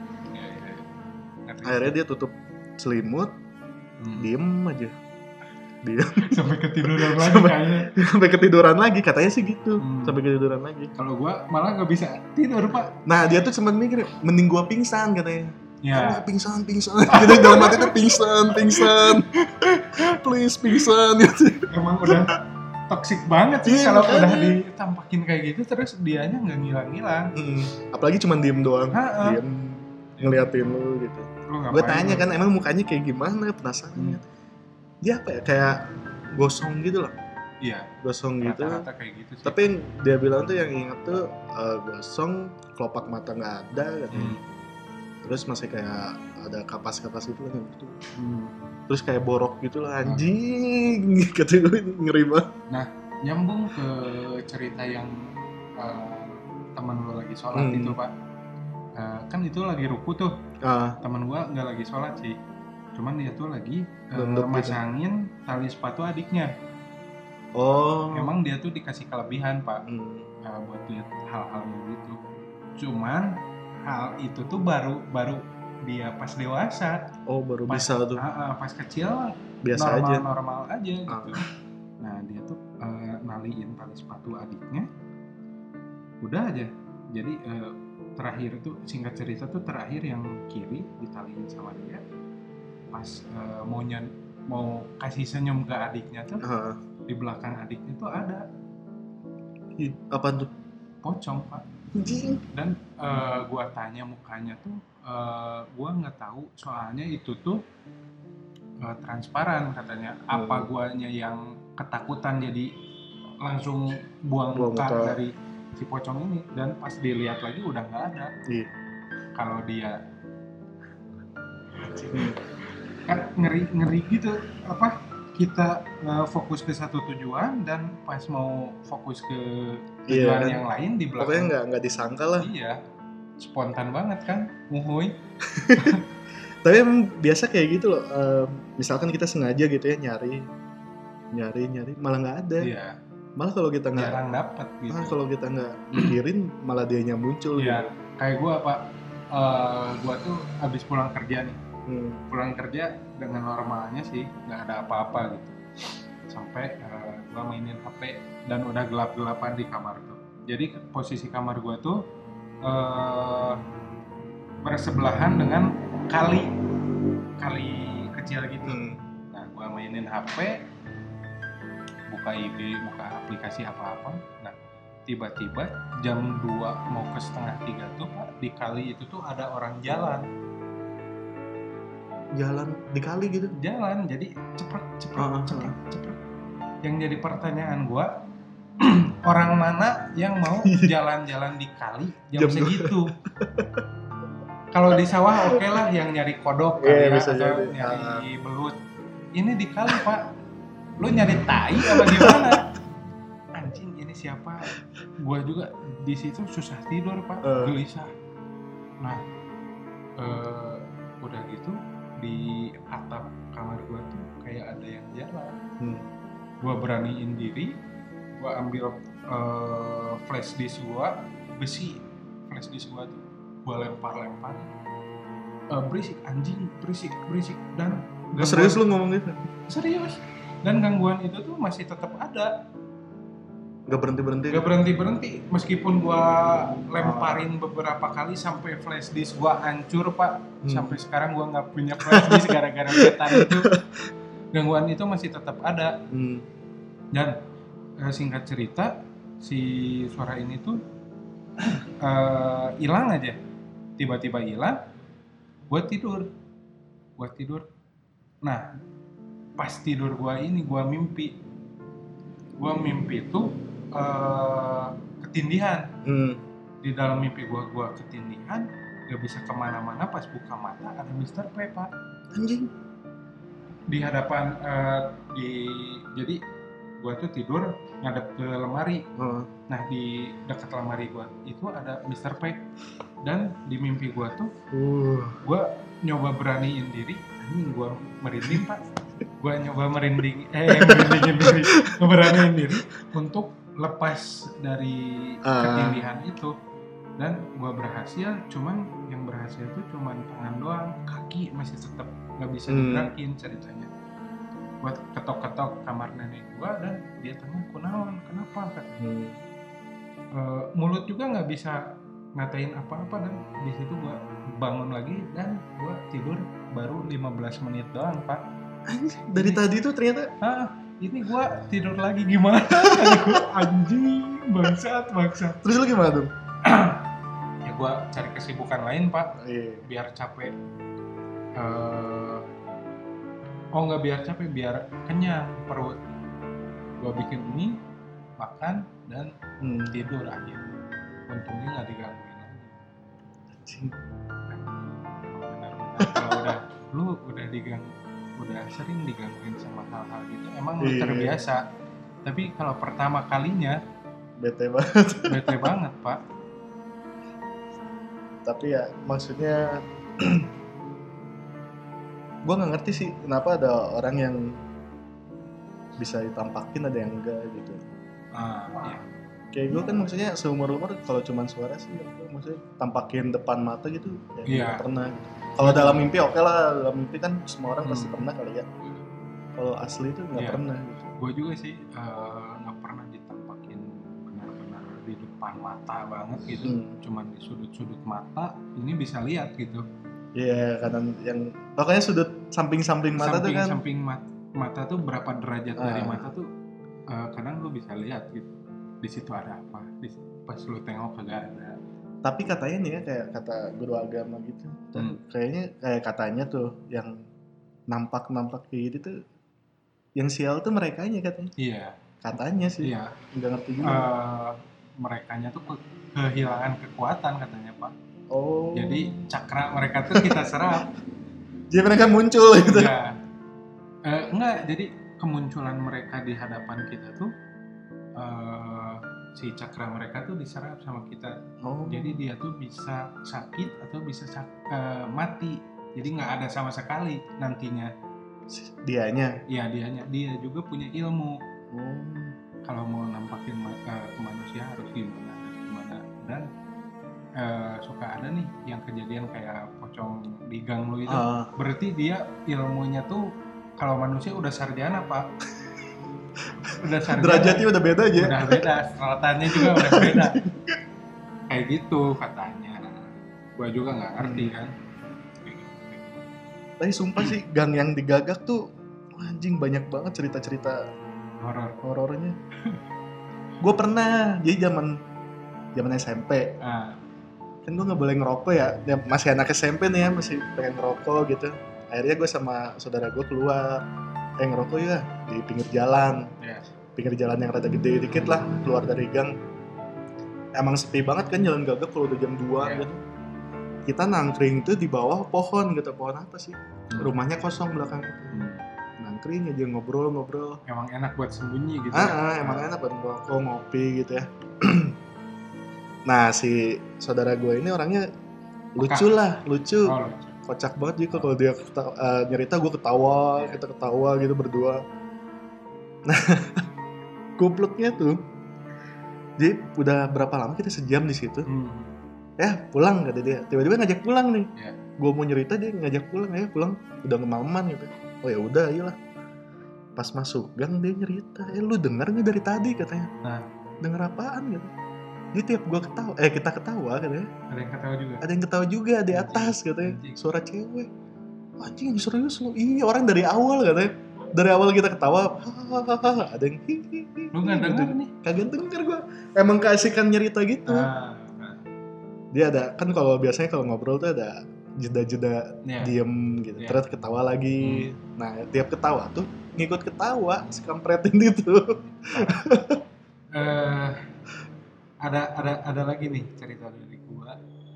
Akhirnya dia tutup selimut, diem aja. Dia sampai ketiduran lagi kayaknya. Sampai ketiduran lagi katanya sih gitu. Sampai ketiduran lagi. Kalau gua malah nggak bisa tidur, Pak. Nah, dia tuh sempat mikir, mending gua pingsan katanya. Ya. Pingsan. Jadi dalam hati tuh pingsan. Please pingsan gitu. Emang udah toksik banget sih kalau udah ditampakin kayak gitu terus dianya nggak ngilang-ngilang. Apalagi cuma diem doang. Diem ngeliatin lu gitu. Gue tanya kan emang mukanya kayak gimana, penasaran kan. Dia apa ya, kayak gosong gitu loh. Iya. Gosong gitu. Rata-rata kayak gitu sih. Tapi yang dia bilang tuh yang ingat tuh gosong, kelopak mata nggak ada katanya. Terus masih kayak ada kapas-kapas gitu kan gitu. Terus kayak borok gitu lah, anjing. Kata gue ngeri banget. Nah, nyambung ke cerita yang teman lo lagi sholat itu, Pak. Kan itu lagi ruku tuh. Teman gua nggak lagi sholat sih. Cuman dia tuh lagi masangin tali sepatu adiknya. Oh. Emang dia tuh dikasih kelebihan, Pak. Buat lihat hal-hal yang gitu. Cuman hal itu tuh baru dia pas dewasa. Oh, baru bisa tuh. Pas kecil biasa normal aja gitu. Nah, dia tuh naliin tali sepatu adiknya. Udah aja. Jadi terakhir tuh singkat cerita tuh terakhir yang kiri ditaliin sama dia. Pas mau kasih senyum ke adiknya tuh di belakang adiknya tuh ada apa tuh? Pocong, Pak. Dan gua tanya mukanya tuh gua nggak tahu soalnya itu tuh transparan katanya. Apa guanya yang ketakutan jadi langsung buang muka dari si pocong ini, dan pas dilihat lagi udah nggak ada. Kalau dia kan ngeri gitu, apa kita fokus ke satu tujuan dan pas mau fokus ke tujuan yang lain di belakang pokoknya nggak disangka lah. Iya, spontan banget kan, muhuy. Tapi emang biasa kayak gitu loh. Misalkan kita sengaja gitu ya nyari malah nggak ada. Iya. Malah kalau kita nggak jarang dapat gitu. Kalau kita nggak mikirin malah dianya muncul. Iya. Gitu. Kayak gue gue tuh habis pulang kerja nih. Pulang kerja dengan normalnya sih nggak ada apa-apa gitu. Sampai gue mainin HP dan udah gelap-gelapan di kamar tuh. Jadi posisi kamar gue tuh bersebelahan dengan kali kecil gitu. Nah, gue mainin HP, buka IG, buka aplikasi apa-apa. Nah, tiba-tiba jam 2 mau ke setengah 3 tuh, Pak, di kali itu tuh ada orang jalan di kali gitu. Jalan, jadi ceprek. Yang jadi pertanyaan gue, orang mana yang mau jalan-jalan di kali jam segitu? Kalau di sawah oke lah, yang nyari kodok kali atau nyari belut. Ini di kali, Pak. Lu nyari tai apa gimana? Anjing, ini siapa? Gua juga di situ susah tidur, Pak. Gelisah. Nah, udah gitu di atap kamar gua tuh kayak ada yang jalan. Gua beraniin diri, gua ambil flash disk gua, besi flash disk gua tuh gua lempar. Berisik anjing, berisik dan serius lu ngomong gitu? Serius. Dan gangguan itu tuh masih tetap ada. Gak berhenti. Meskipun gua lemparin beberapa kali sampai flash disk gua hancur, Pak. Sampai sekarang gua nggak punya flash disk gara-gara setan itu. Gangguan itu masih tetap ada. Dan singkat cerita, si suara ini tuh hilang aja. Tiba-tiba hilang. Gua tidur. Nah, pas tidur gua mimpi itu ketindihan. Di dalam mimpi gua ketindihan, gak bisa kemana-mana. Pas buka mata ada Mr. P, Pak. Anjing. Di hadapan jadi gua tuh tidur ngadep ke lemari. Nah, di dekat lemari gua itu ada Mr. P. Dan di mimpi gua tuh gua nyoba beraniin diri. Anjing, gua merinding, Pak. Gue nyoba merindingin diri, ngeberaniin diri untuk lepas dari ketindihan itu, dan gue berhasil. Cuman yang berhasil itu cuman tangan doang, kaki masih tetap nggak bisa digerakin ceritanya. Gue ketok-ketok kamar nenek gue dan dia tanya kunaon, kenapa katanya. Mulut juga nggak bisa ngatain apa-apa, dan di situ gue bangun lagi dan gue tidur baru 15 menit doang, Pak. Dari tadi tuh ternyata ini gue tidur lagi gimana? Gue anjing, bangsat. Terus lu gimana tuh? Ya gue cari kesibukan lain, Pak. Iya. Biar capek. Nggak biar capek, biar kenyang perut. Gue bikin mie, makan, dan tidur aja. Untungnya nggak digangguin lagi. Benar-benar kalau lu udah sering digangguin sama hal-hal gitu, emang lu terbiasa. Tapi kalau pertama kalinya bete banget Pak. Tapi ya maksudnya gue nggak ngerti sih kenapa ada orang yang bisa ditampakin, ada yang enggak gitu. Iya. Kayak gue kan maksudnya seumur-umur kalau cuman suara sih, maksudnya tampakin depan mata gitu, ya gak pernah. Kalau dalam mimpi oke lah, dalam mimpi kan semua orang pasti pernah kali ya. Kalau asli itu nggak pernah gitu. Gue juga sih nggak pernah ditampakin benar-benar di depan mata banget gitu. Cuman di sudut-sudut mata ini bisa lihat gitu. Iya, kadang yang pokoknya sudut samping-samping mata tuh kan. Samping mata tuh berapa derajat dari mata tuh kadang lu bisa lihat gitu. Di situ ada apa? Pas lu tengok kagak ada. Tapi katanya nih ya, kayak kata guru agama gitu. Kayaknya kayak katanya tuh yang nampak kayak gitu tuh yang sial tuh merekanya katanya. Iya. Katanya sih. Iya. Nggak ngerti juga. Merekanya tuh kehilangan kekuatan katanya, Pak. Oh. Jadi cakra mereka tuh kita serap. Jadi mereka muncul gitu. Iya. Enggak, jadi kemunculan mereka di hadapan kita tuh si cakra mereka tuh diserap sama kita. Jadi dia tuh bisa sakit atau bisa mati. Jadi nggak ada sama sekali nantinya. Dianya? Iya, dianya. Dia juga punya ilmu. Kalau mau nampakin ke manusia harus gimana. Dan suka ada nih yang kejadian kayak pocong di gang lu itu. Berarti dia ilmunya tuh kalau manusia udah sarjana, Pak. Udah sarjana. Derajatnya udah beda aja. Udah beda, strataannya juga udah beda. Kayak gitu katanya. Gua juga nggak ngerti kan. Tapi sumpah sih gang yang digagak tuh anjing banyak banget cerita-cerita horornya. Gue pernah, jadi zaman SMP. Kan gue nggak boleh ngerokok ya, masih anak SMP nih ya, masih pengen ngerokok gitu. Akhirnya gue sama saudara gue keluar, ngerokok ya di pinggir jalan. Pinggir jalan yang rada gede dikit lah, keluar dari gang. Emang sepi banget kan jalan gagak kalau udah jam 2 gitu. Kita nangkring tuh di bawah pohon gitu. Pohon apa sih? Rumahnya kosong belakang itu. Nangkring aja, ngobrol. Emang enak buat sembunyi gitu. Emang enak buat ngerokok, ngopi gitu ya. Nah si saudara gue ini orangnya lucu. Kocak banget juga kalau dia nyerita, gue ketawa, kita ketawa gitu berdua. Nah gobloknya tuh, jadi udah berapa lama kita sejam di situ. Pulang kata dia, tiba-tiba ngajak pulang nih. Gue mau nyerita, dia ngajak pulang, pulang udah kemalaman gitu. Oh ya udah, ayolah. Pas masuk gang dia nyerita, lu dengar nggak dari tadi katanya? Dengar apaan gitu? Jadi tiap gue ketawa, kita ketawa katanya. Ada yang ketawa juga di atas katanya. Suara cewek. Anjing serius lu? Iya, orang dari awal katanya. Dari awal kita ketawa, hahaha. Ada yang hihihi. Lu nggak denger nih? Kagak denger gue. Emang keasikan nyerita gitu. Dia ada, kan kalau biasanya kalau ngobrol tuh ada jeda-jeda diem gitu, terus ketawa lagi. Nah tiap ketawa tuh ngikut ketawa, si kampretin itu. Ada lagi nih cerita dari gua.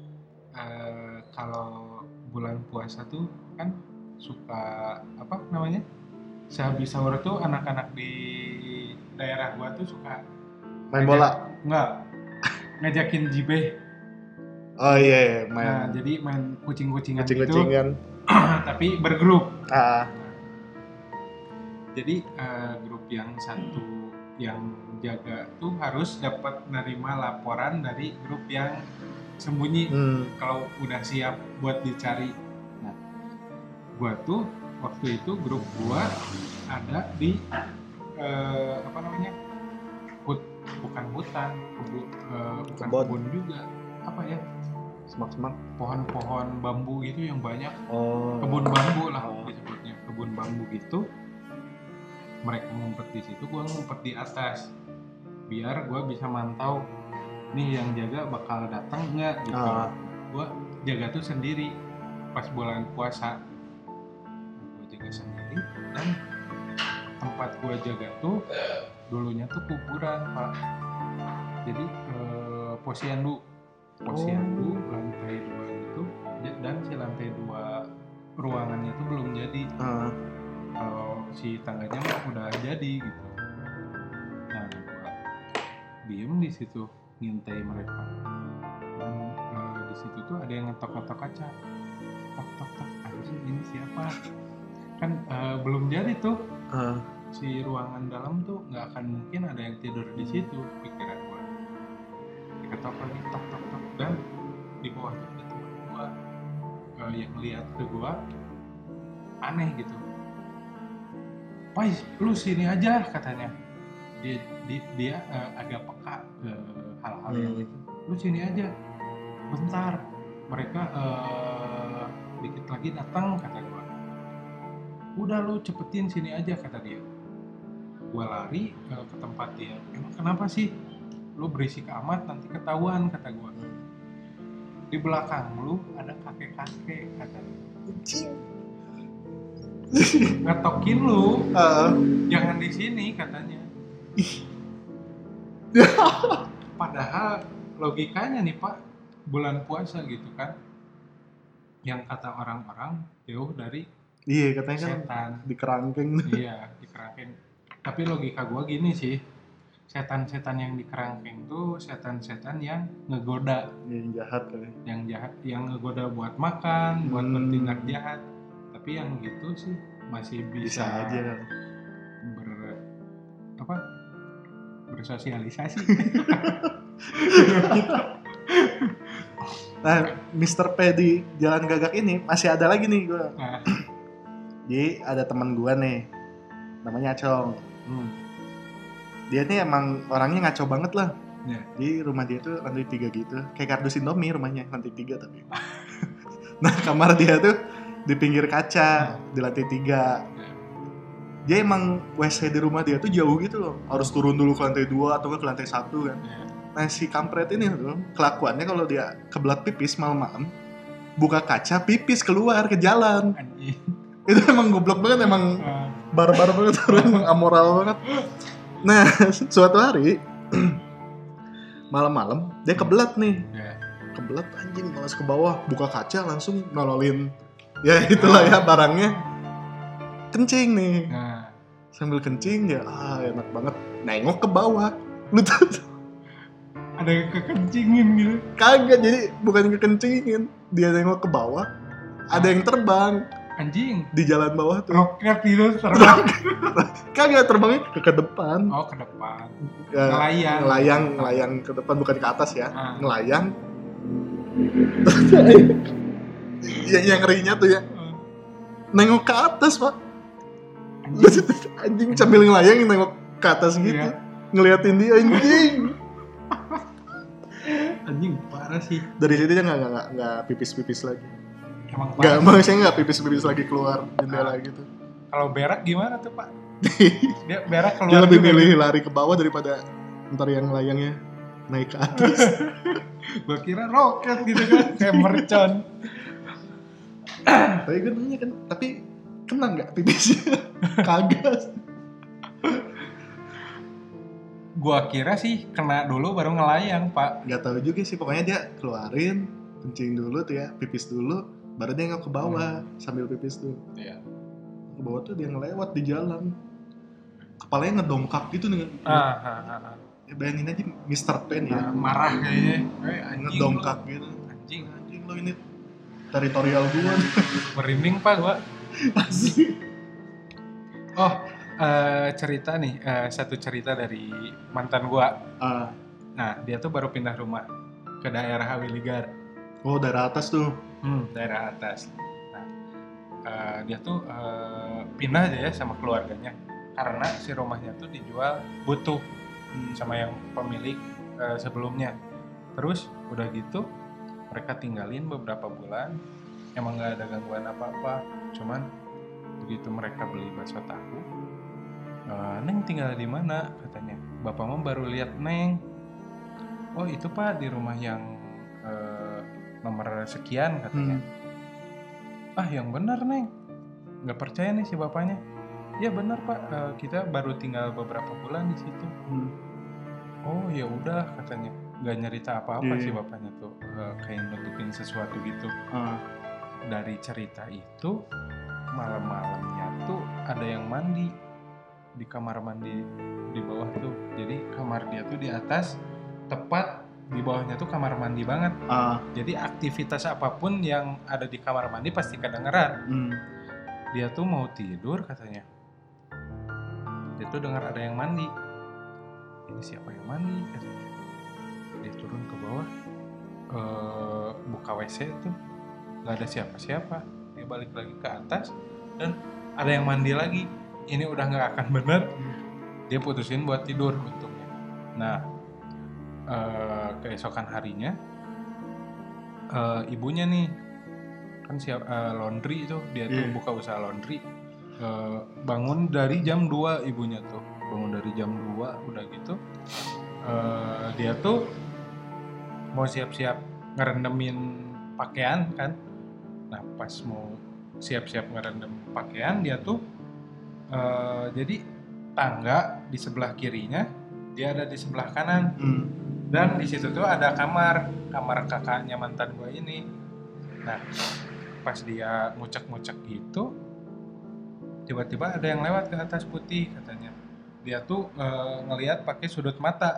Kalau bulan puasa tuh kan suka apa namanya? Sehabis sahur tuh anak-anak di daerah gua tuh suka main bola. Enggak. Ngajakin jibeh. Oh iya, main. Nah, jadi main kucing-kucingan gitu. Tapi bergrup. Jadi grup yang satu yang jaga tuh harus dapat nerima laporan dari grup yang sembunyi kalau udah siap buat dicari. Nah, gua tuh waktu itu grup gua ada di apa namanya, bukan hutan, bukan kebun juga, apa ya, semak-semak, pohon-pohon bambu gitu yang banyak. Kebun bambu lah disebutnya, kebun bambu gitu. Mereka ngumpet di situ, gua ngumpet di atas biar gua bisa mantau nih yang jaga bakal datang nggak gitu. Gua jaga tuh sendiri pas bulan puasa, gua jaga sendiri. Dan tempat gua jaga tuh dulunya tuh kuburan, Pak. Jadi posyandu lantai 2 gitu, dan si lantai 2 ruangannya tuh belum jadi. Kalau si tangganya mah udah jadi gitu. Nah, gua diem di situ ngintai mereka. Dan di situ tuh ada yang ngetok-ngetok kaca. Tok. Anjing, ini siapa? Kan belum jadi tuh. Si ruangan dalam tuh nggak akan mungkin ada yang tidur di situ, pikiran gua. Diketok lagi, tok. Dan di bawah tuh ada teman gua yang lihat ke gua aneh gitu. Wah, lu sini aja katanya. Dia agak peka ke hal-hal yang itu. Lu sini aja, bentar. Mereka dikit lagi datang kata gua. Udah lu cepetin sini aja kata dia. Gua lari ke tempat dia. Emang kenapa sih? Lu berisik amat nanti ketahuan kata gua. Di belakang lu ada kakek-kakek kata dia. Ngetokin lu, jangan di sini katanya. Padahal logikanya nih Pak, bulan puasa gitu kan, yang kata orang-orang jauh dari katanya setan. Kan di kerangkeng. Iya, di kerangkeng. Tapi logika gua gini sih, setan-setan yang di kerangkeng tuh setan-setan yang ngegoda, yang jahat kali. Yang ngegoda buat makan, buat bertindak jahat. Tapi yang gitu sih masih bisa aja bersosialisasi. Nah, Mr. P di Jalan Gagak ini masih ada lagi nih gue. Jadi ada teman gue nih, namanya Acong. Dia nih emang orangnya ngaco banget lah. Jadi rumah dia tuh lantai 3 gitu, kayak kardus Indomie rumahnya, lantai 3 tapi. Nah, kamar dia tuh di pinggir kaca, di lantai 3. Dia emang WC di rumah dia tuh jauh gitu loh, harus turun dulu ke lantai 2 atau ke lantai 1 kan. Nah, si kampret ini tuh kelakuannya kalau dia kebelat pipis malam-malam, buka kaca pipis keluar ke jalan. Itu emang goblok banget, emang barbar banget, emang amoral banget. Nah, suatu hari malam-malam dia kebelat nih. Kebelat anjing, malas ke bawah, buka kaca langsung nololin. Ya itulah ya barangnya. Kencing nih. Sambil kencing dia, enak banget. Nengok ke bawah. Lu tuh ada yang kekencingin gitu. Kagak, jadi bukan kekencingin. Dia nengok ke bawah, ada yang terbang. Anjing. Di jalan bawah tuh. Roket gitu terbang. Kagak, terbangnya ke depan. Oh, ke depan. Ngelayang ke depan, bukan ke atas ya. Ngelayang. Yang ngerinya tuh ya. Nengok ke atas, Pak. Anjing sambil ngelayang nengok ke atas gitu. Iya. Ngeliatin dia anjing. Anjing parah sih. Dari situ dia enggak pipis-pipis lagi. Emang parah. Maksudnya enggak pipis-pipis lagi keluar jendela gitu. Kalau berak gimana tuh, Pak? Dia berak keluar. Dia lebih milih lari ke bawah daripada ntar yang layangnya naik ke atas. Gua kira roket gitu kan, kayak mercon. Tapi gue nanya kan, tapi kena nggak pipisnya? Kagak. Gua kira sih kena dulu baru ngelayang, Pak. Nggak tahu juga sih, pokoknya dia keluarin, kencing dulu tuh ya, pipis dulu, baru dia nggak ke bawah sambil pipis tuh. Iya. Ke bawah tuh dia ngelewat di jalan, kepalanya ngedongkak gitu nih. Ya bayangin aja Mr. Pen ya, marah kayaknya, ngedongkak lo. Gitu. Anjing lo ini teritorial gua. Merinding, Pak, gua. Oh, cerita nih, satu cerita dari mantan gua. Nah, dia tuh baru pindah rumah ke daerah Hawiligar. Oh, daerah atas tuh. Daerah atas. Nah, dia tuh pindah aja ya sama keluarganya karena si rumahnya tuh dijual butuh sama yang pemilik sebelumnya. Terus udah gitu mereka tinggalin beberapa bulan, emang nggak ada gangguan apa-apa. Cuman begitu mereka beli bakso tahu, Neng tinggal di mana katanya. Bapak mah baru lihat Neng. Oh itu Pak di rumah yang nomor sekian katanya. Ah yang benar Neng, nggak percaya nih si bapaknya. Ya benar Pak, kita baru tinggal beberapa bulan di situ. Oh ya udah katanya, nggak nyerita apa-apa si bapaknya tuh, kayak nutupin sesuatu gitu. Dari cerita itu malam-malamnya tuh ada yang mandi di kamar mandi di bawah tuh. Jadi kamar dia tuh di atas, tepat di bawahnya tuh kamar mandi banget. Jadi aktivitas apapun yang ada di kamar mandi pasti kedengeran. Dia tuh mau tidur katanya, dia tuh dengar ada yang mandi. Ini siapa yang mandi katanya. Dia turun ke bawah, buka WC tuh nggak ada siapa-siapa. Dia balik lagi ke atas dan ada yang mandi lagi. Ini udah nggak akan bener. Dia putusin buat tidur untungnya. Nah keesokan harinya ibunya nih kan laundry itu, dia tuh buka usaha laundry. Bangun dari jam 2 ibunya tuh, bangun dari jam 2 udah gitu dia tuh mau siap-siap ngerendemin pakaian kan. Nah pas mau siap-siap ngerendam pakaian, dia tuh jadi tangga di sebelah kirinya, dia ada di sebelah kanan. Dan di situ tuh ada kamar kakaknya mantan gue ini. Nah pas dia ngucek-ngucek gitu, tiba-tiba ada yang lewat ke atas putih katanya. Dia tuh ngelihat pakai sudut mata.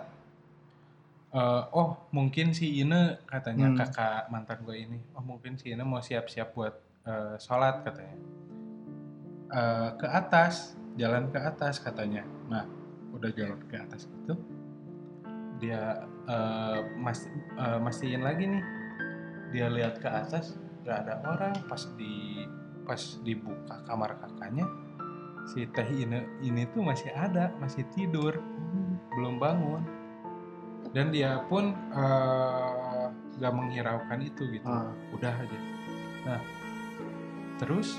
Oh mungkin si Ine katanya, kakak mantan gue ini. Oh mungkin si Ine mau siap-siap buat sholat katanya. Ke atas, jalan ke atas katanya. Nah udah jalan ke atas gitu, dia mastiin lagi nih. Dia lihat ke atas nggak ada orang. Pas dibuka kamar kakaknya, si Teh ini tuh masih ada, masih tidur, belum bangun. Dan dia pun nggak menghiraukan itu gitu, udah aja. Nah terus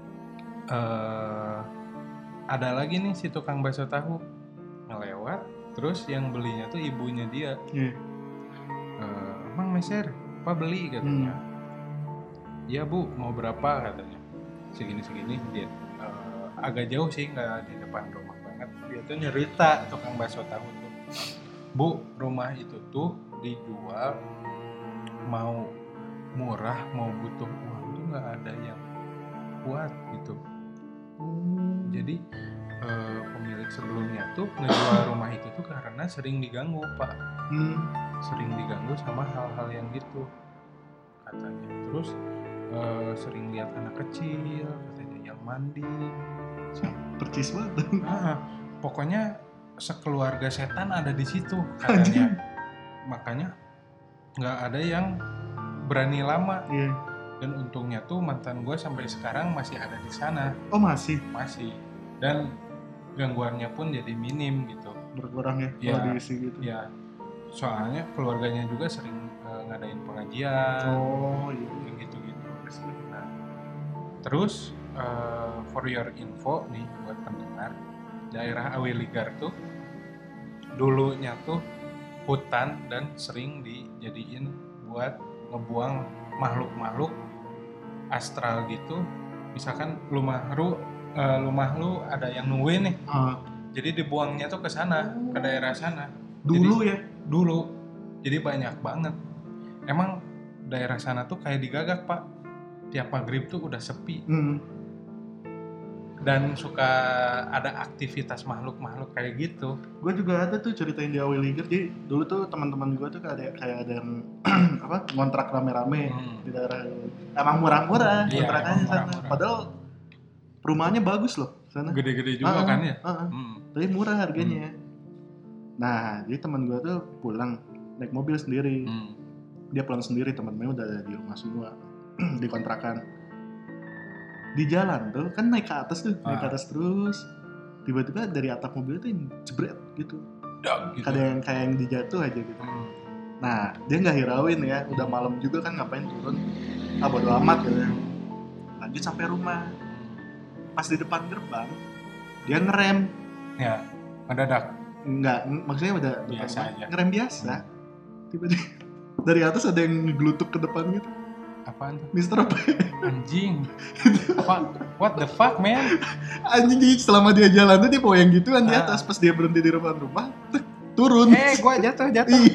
ada lagi nih si tukang bakso tahu ngelewat, terus yang belinya tuh ibunya dia. Mang meser, apa beli katanya. Ya bu, mau berapa katanya. Segini dia agak jauh sih, nggak di depan rumah banget. Dia tuh nyerita tukang bakso tahu tuh, Bu rumah itu tuh dijual, mau murah mau butuh uang tuh nggak ada yang kuat gitu. Jadi pemilik sebelumnya tuh ngejual rumah itu tuh karena sering diganggu Pak. Sering diganggu sama hal-hal yang gitu katanya. Terus sering lihat anak kecil katanya yang mandi. Percis banget. Pokoknya sekeluarga setan ada di situ katanya. Makanya nggak ada yang berani lama. Dan untungnya tuh mantan gue sampai sekarang masih ada di sana. Oh masih? Masih. Dan gangguannya pun jadi minim gitu. Berkurang ya? Ya, diisi gitu. Ya. Soalnya keluarganya juga sering ngadain pengajian. Oh iya. Yang gitu-gitu. Nah, terus for your info nih buat pendengar, daerah Awiligar tuh dulunya tuh hutan dan sering dijadiin buat ngebuang makhluk-makhluk astral gitu. Misalkan rumah lu ada yang nungguin nih. Jadi dibuangnya tuh ke sana, ke daerah sana. Dulu jadi, ya? Dulu. Jadi banyak banget. Emang daerah sana tuh kayak digagak Pak. Tiap maghrib tuh udah sepi. Dan suka ada aktivitas makhluk-makhluk kayak gitu. Gue juga ada tuh ceritain di Awiligar. Jadi dulu tuh teman-teman gue tuh kayak ada yang apa ngontrak rame-rame di daerah. Emang murah-murah kontrakannya sana. Padahal perumahannya bagus loh sana. Gede-gede juga kan ya. Tapi murah harganya. Nah jadi teman gue tuh pulang naik mobil sendiri. Dia pulang sendiri, teman-temannya udah ada di rumah semua di kontrakan. di jalan tuh kan naik ke atas terus tiba-tiba dari atap mobil itu jebret gitu. Gitu. Kayak yang dijatuh aja gitu. Nah dia nggak hirauin ya, udah malam juga kan ngapain turun, bodo amat gitu. Lanjut sampai rumah, pas di depan gerbang dia ngerem. Ya, mendadak. Enggak, maksudnya udah biasa aja. Ngerem biasa. Tiba-tiba dari atas ada yang ngegelutuk ke depan gitu. Apaan tuh? Mr. P. Anjing. Apa? What the fuck, man? Anjing, jadi selama dia jalan tuh dia bawa yang gituan di atas. Pas dia berhenti di rumah turun. Gua jatuh.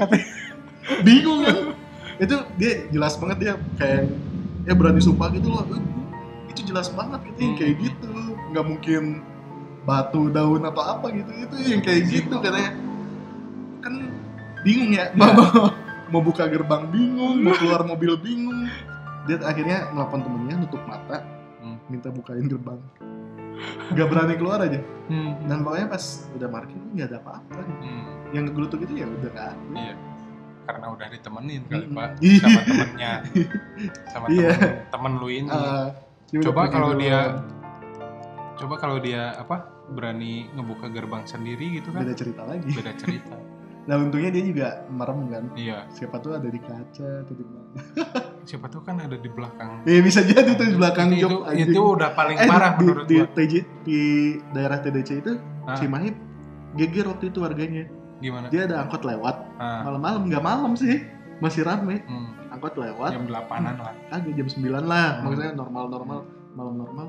Bingung kan? Itu dia jelas banget, dia kayak berani sumpah gitu loh. Itu jelas banget gitu yang kayak gitu. Nggak mungkin batu, daun atau apa gitu. Itu yang kayak gitu katanya. Kan bingung ya. Mau buka gerbang bingung, mau keluar mobil bingung. Dia akhirnya melakukan temennya, nutup mata, minta bukain gerbang. Gak berani keluar aja. Dan pokoknya pas udah parkir gak ada apa-apa. Yang ngegelutuk itu ya udah gak ada. Iya. Karena udah ditemenin kali Pak, sama temennya, sama temen lu ini. Coba kalau dia berani ngebuka gerbang sendiri gitu kan. Beda cerita lagi. Beda cerita. Nah untungnya dia juga merem kan. Iya. Siapa tuh ada di kaca atau di mana. Siapa tuh kan ada di belakang. Iya bisa jadi tuh di belakang jok. Itu udah paling parah menurut gua. Di daerah TDC itu Cimahi geger waktu itu warganya. Gimana? Dia ada angkot lewat malam-malam, nggak malam sih, masih rame. Angkot lewat jam 8-an lah. Kagak jam 9 lah, maksudnya normal malam normal.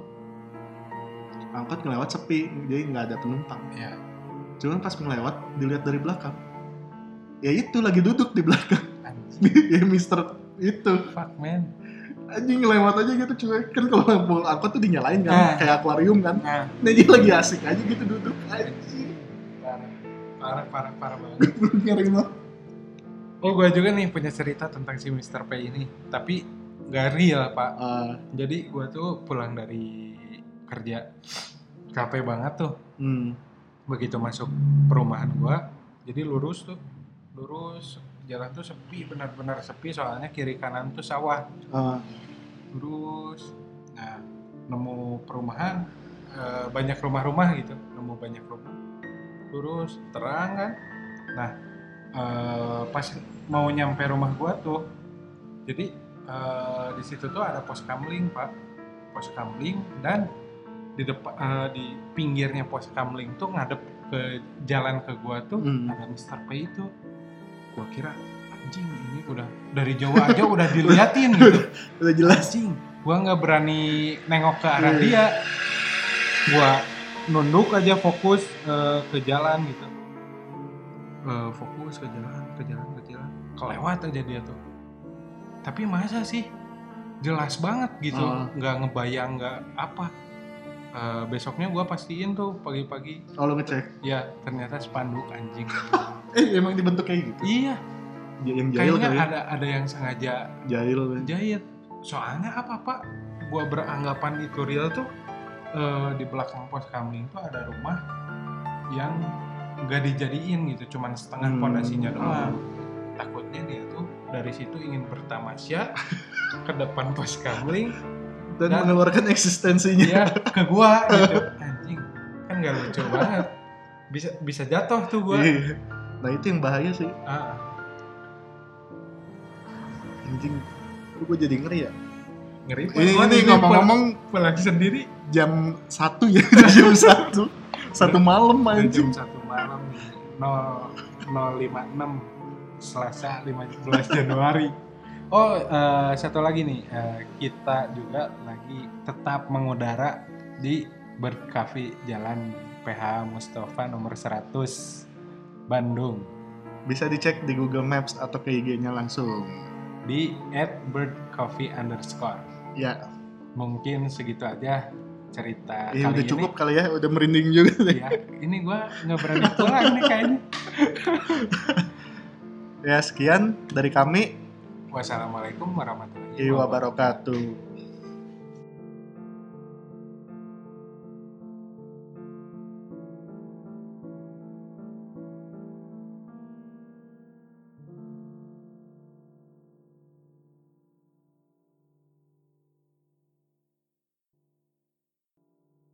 Angkot ngelewat sepi, jadi nggak ada penumpang. Iya. Cuman pas ngelewat dilihat dari belakang, ya itu lagi duduk di belakang. Ya Mister itu. Fuck man. Anjing ngelewat aja gitu cuy. Kan kalau lampu angkot tuh dinyalain kan, kayak akuarium kan. Nah dia lagi asik aja gitu duduk. Anjing. Parah banget. Ngeri banget. Oh gue juga nih punya cerita tentang si Mr. P ini. Tapi gak real Pak. Jadi gue tuh pulang dari kerja, capek banget tuh. Begitu masuk perumahan gue, jadi lurus jalan tuh sepi, benar-benar sepi, soalnya kiri kanan tuh sawah. Lurus, nah nemu perumahan, banyak rumah-rumah gitu, lurus, terang kan. Nah pas mau nyampe rumah gue tuh, jadi di situ tuh ada pos kamling Pak, dan di depan di pinggirnya pos kamling tuh ngadep ke jalan ke gua tuh ada Mr. P itu. Gua kira anjing ini udah dari jauh aja udah diliatin gitu. Udah jelas anjing. Gua nggak berani nengok ke arah dia. Gua nunduk aja fokus ke jalan gitu. Fokus ke jalan. Kelewat aja dia tuh. Tapi masa sih jelas banget gitu, nggak ngebayang nggak apa. Besoknya gue pastiin tuh pagi-pagi. Oh lo ngecek? Ya ternyata spanduk anjing. Emang dibentuk kayak gitu? Iya. Yang jahil kayaknya ada yang sengaja jahit. Soalnya apa Pak? Gue beranggapan itu real tuh di belakang pos kamling tuh ada rumah yang nggak dijadiin gitu, cuman setengah fondasinya doang. Takutnya dia tuh dari situ ingin bertamasya ke depan pos kamling. Dan mengeluarkan eksistensinya. Iya, ke gua gitu. Anjing, kan gak lucu banget. Bisa jatuh tuh gua. Nah itu yang bahaya sih. Anjing, gua jadi ngeri ya. Ngeri Pak. Ini ngomong-ngomong pulang sendiri jam 1 ya. Jam 1 malam anjing. Jam 1 malam 00.56 Selasa 15 Januari. Oh, satu lagi nih, kita juga lagi tetap mengudara di Bird Cafe Jalan PH Mustafa nomor 100 Bandung. Bisa dicek di Google Maps atau ke IG-nya langsung di @birdcoffee_. Ya. Mungkin segitu aja cerita kali udah ini. Cukup kali ya, udah merinding juga. Iya, ini gue nggak berani pulang nih kayaknya. Ya sekian dari kami. Wassalamualaikum warahmatullahi wabarakatuh.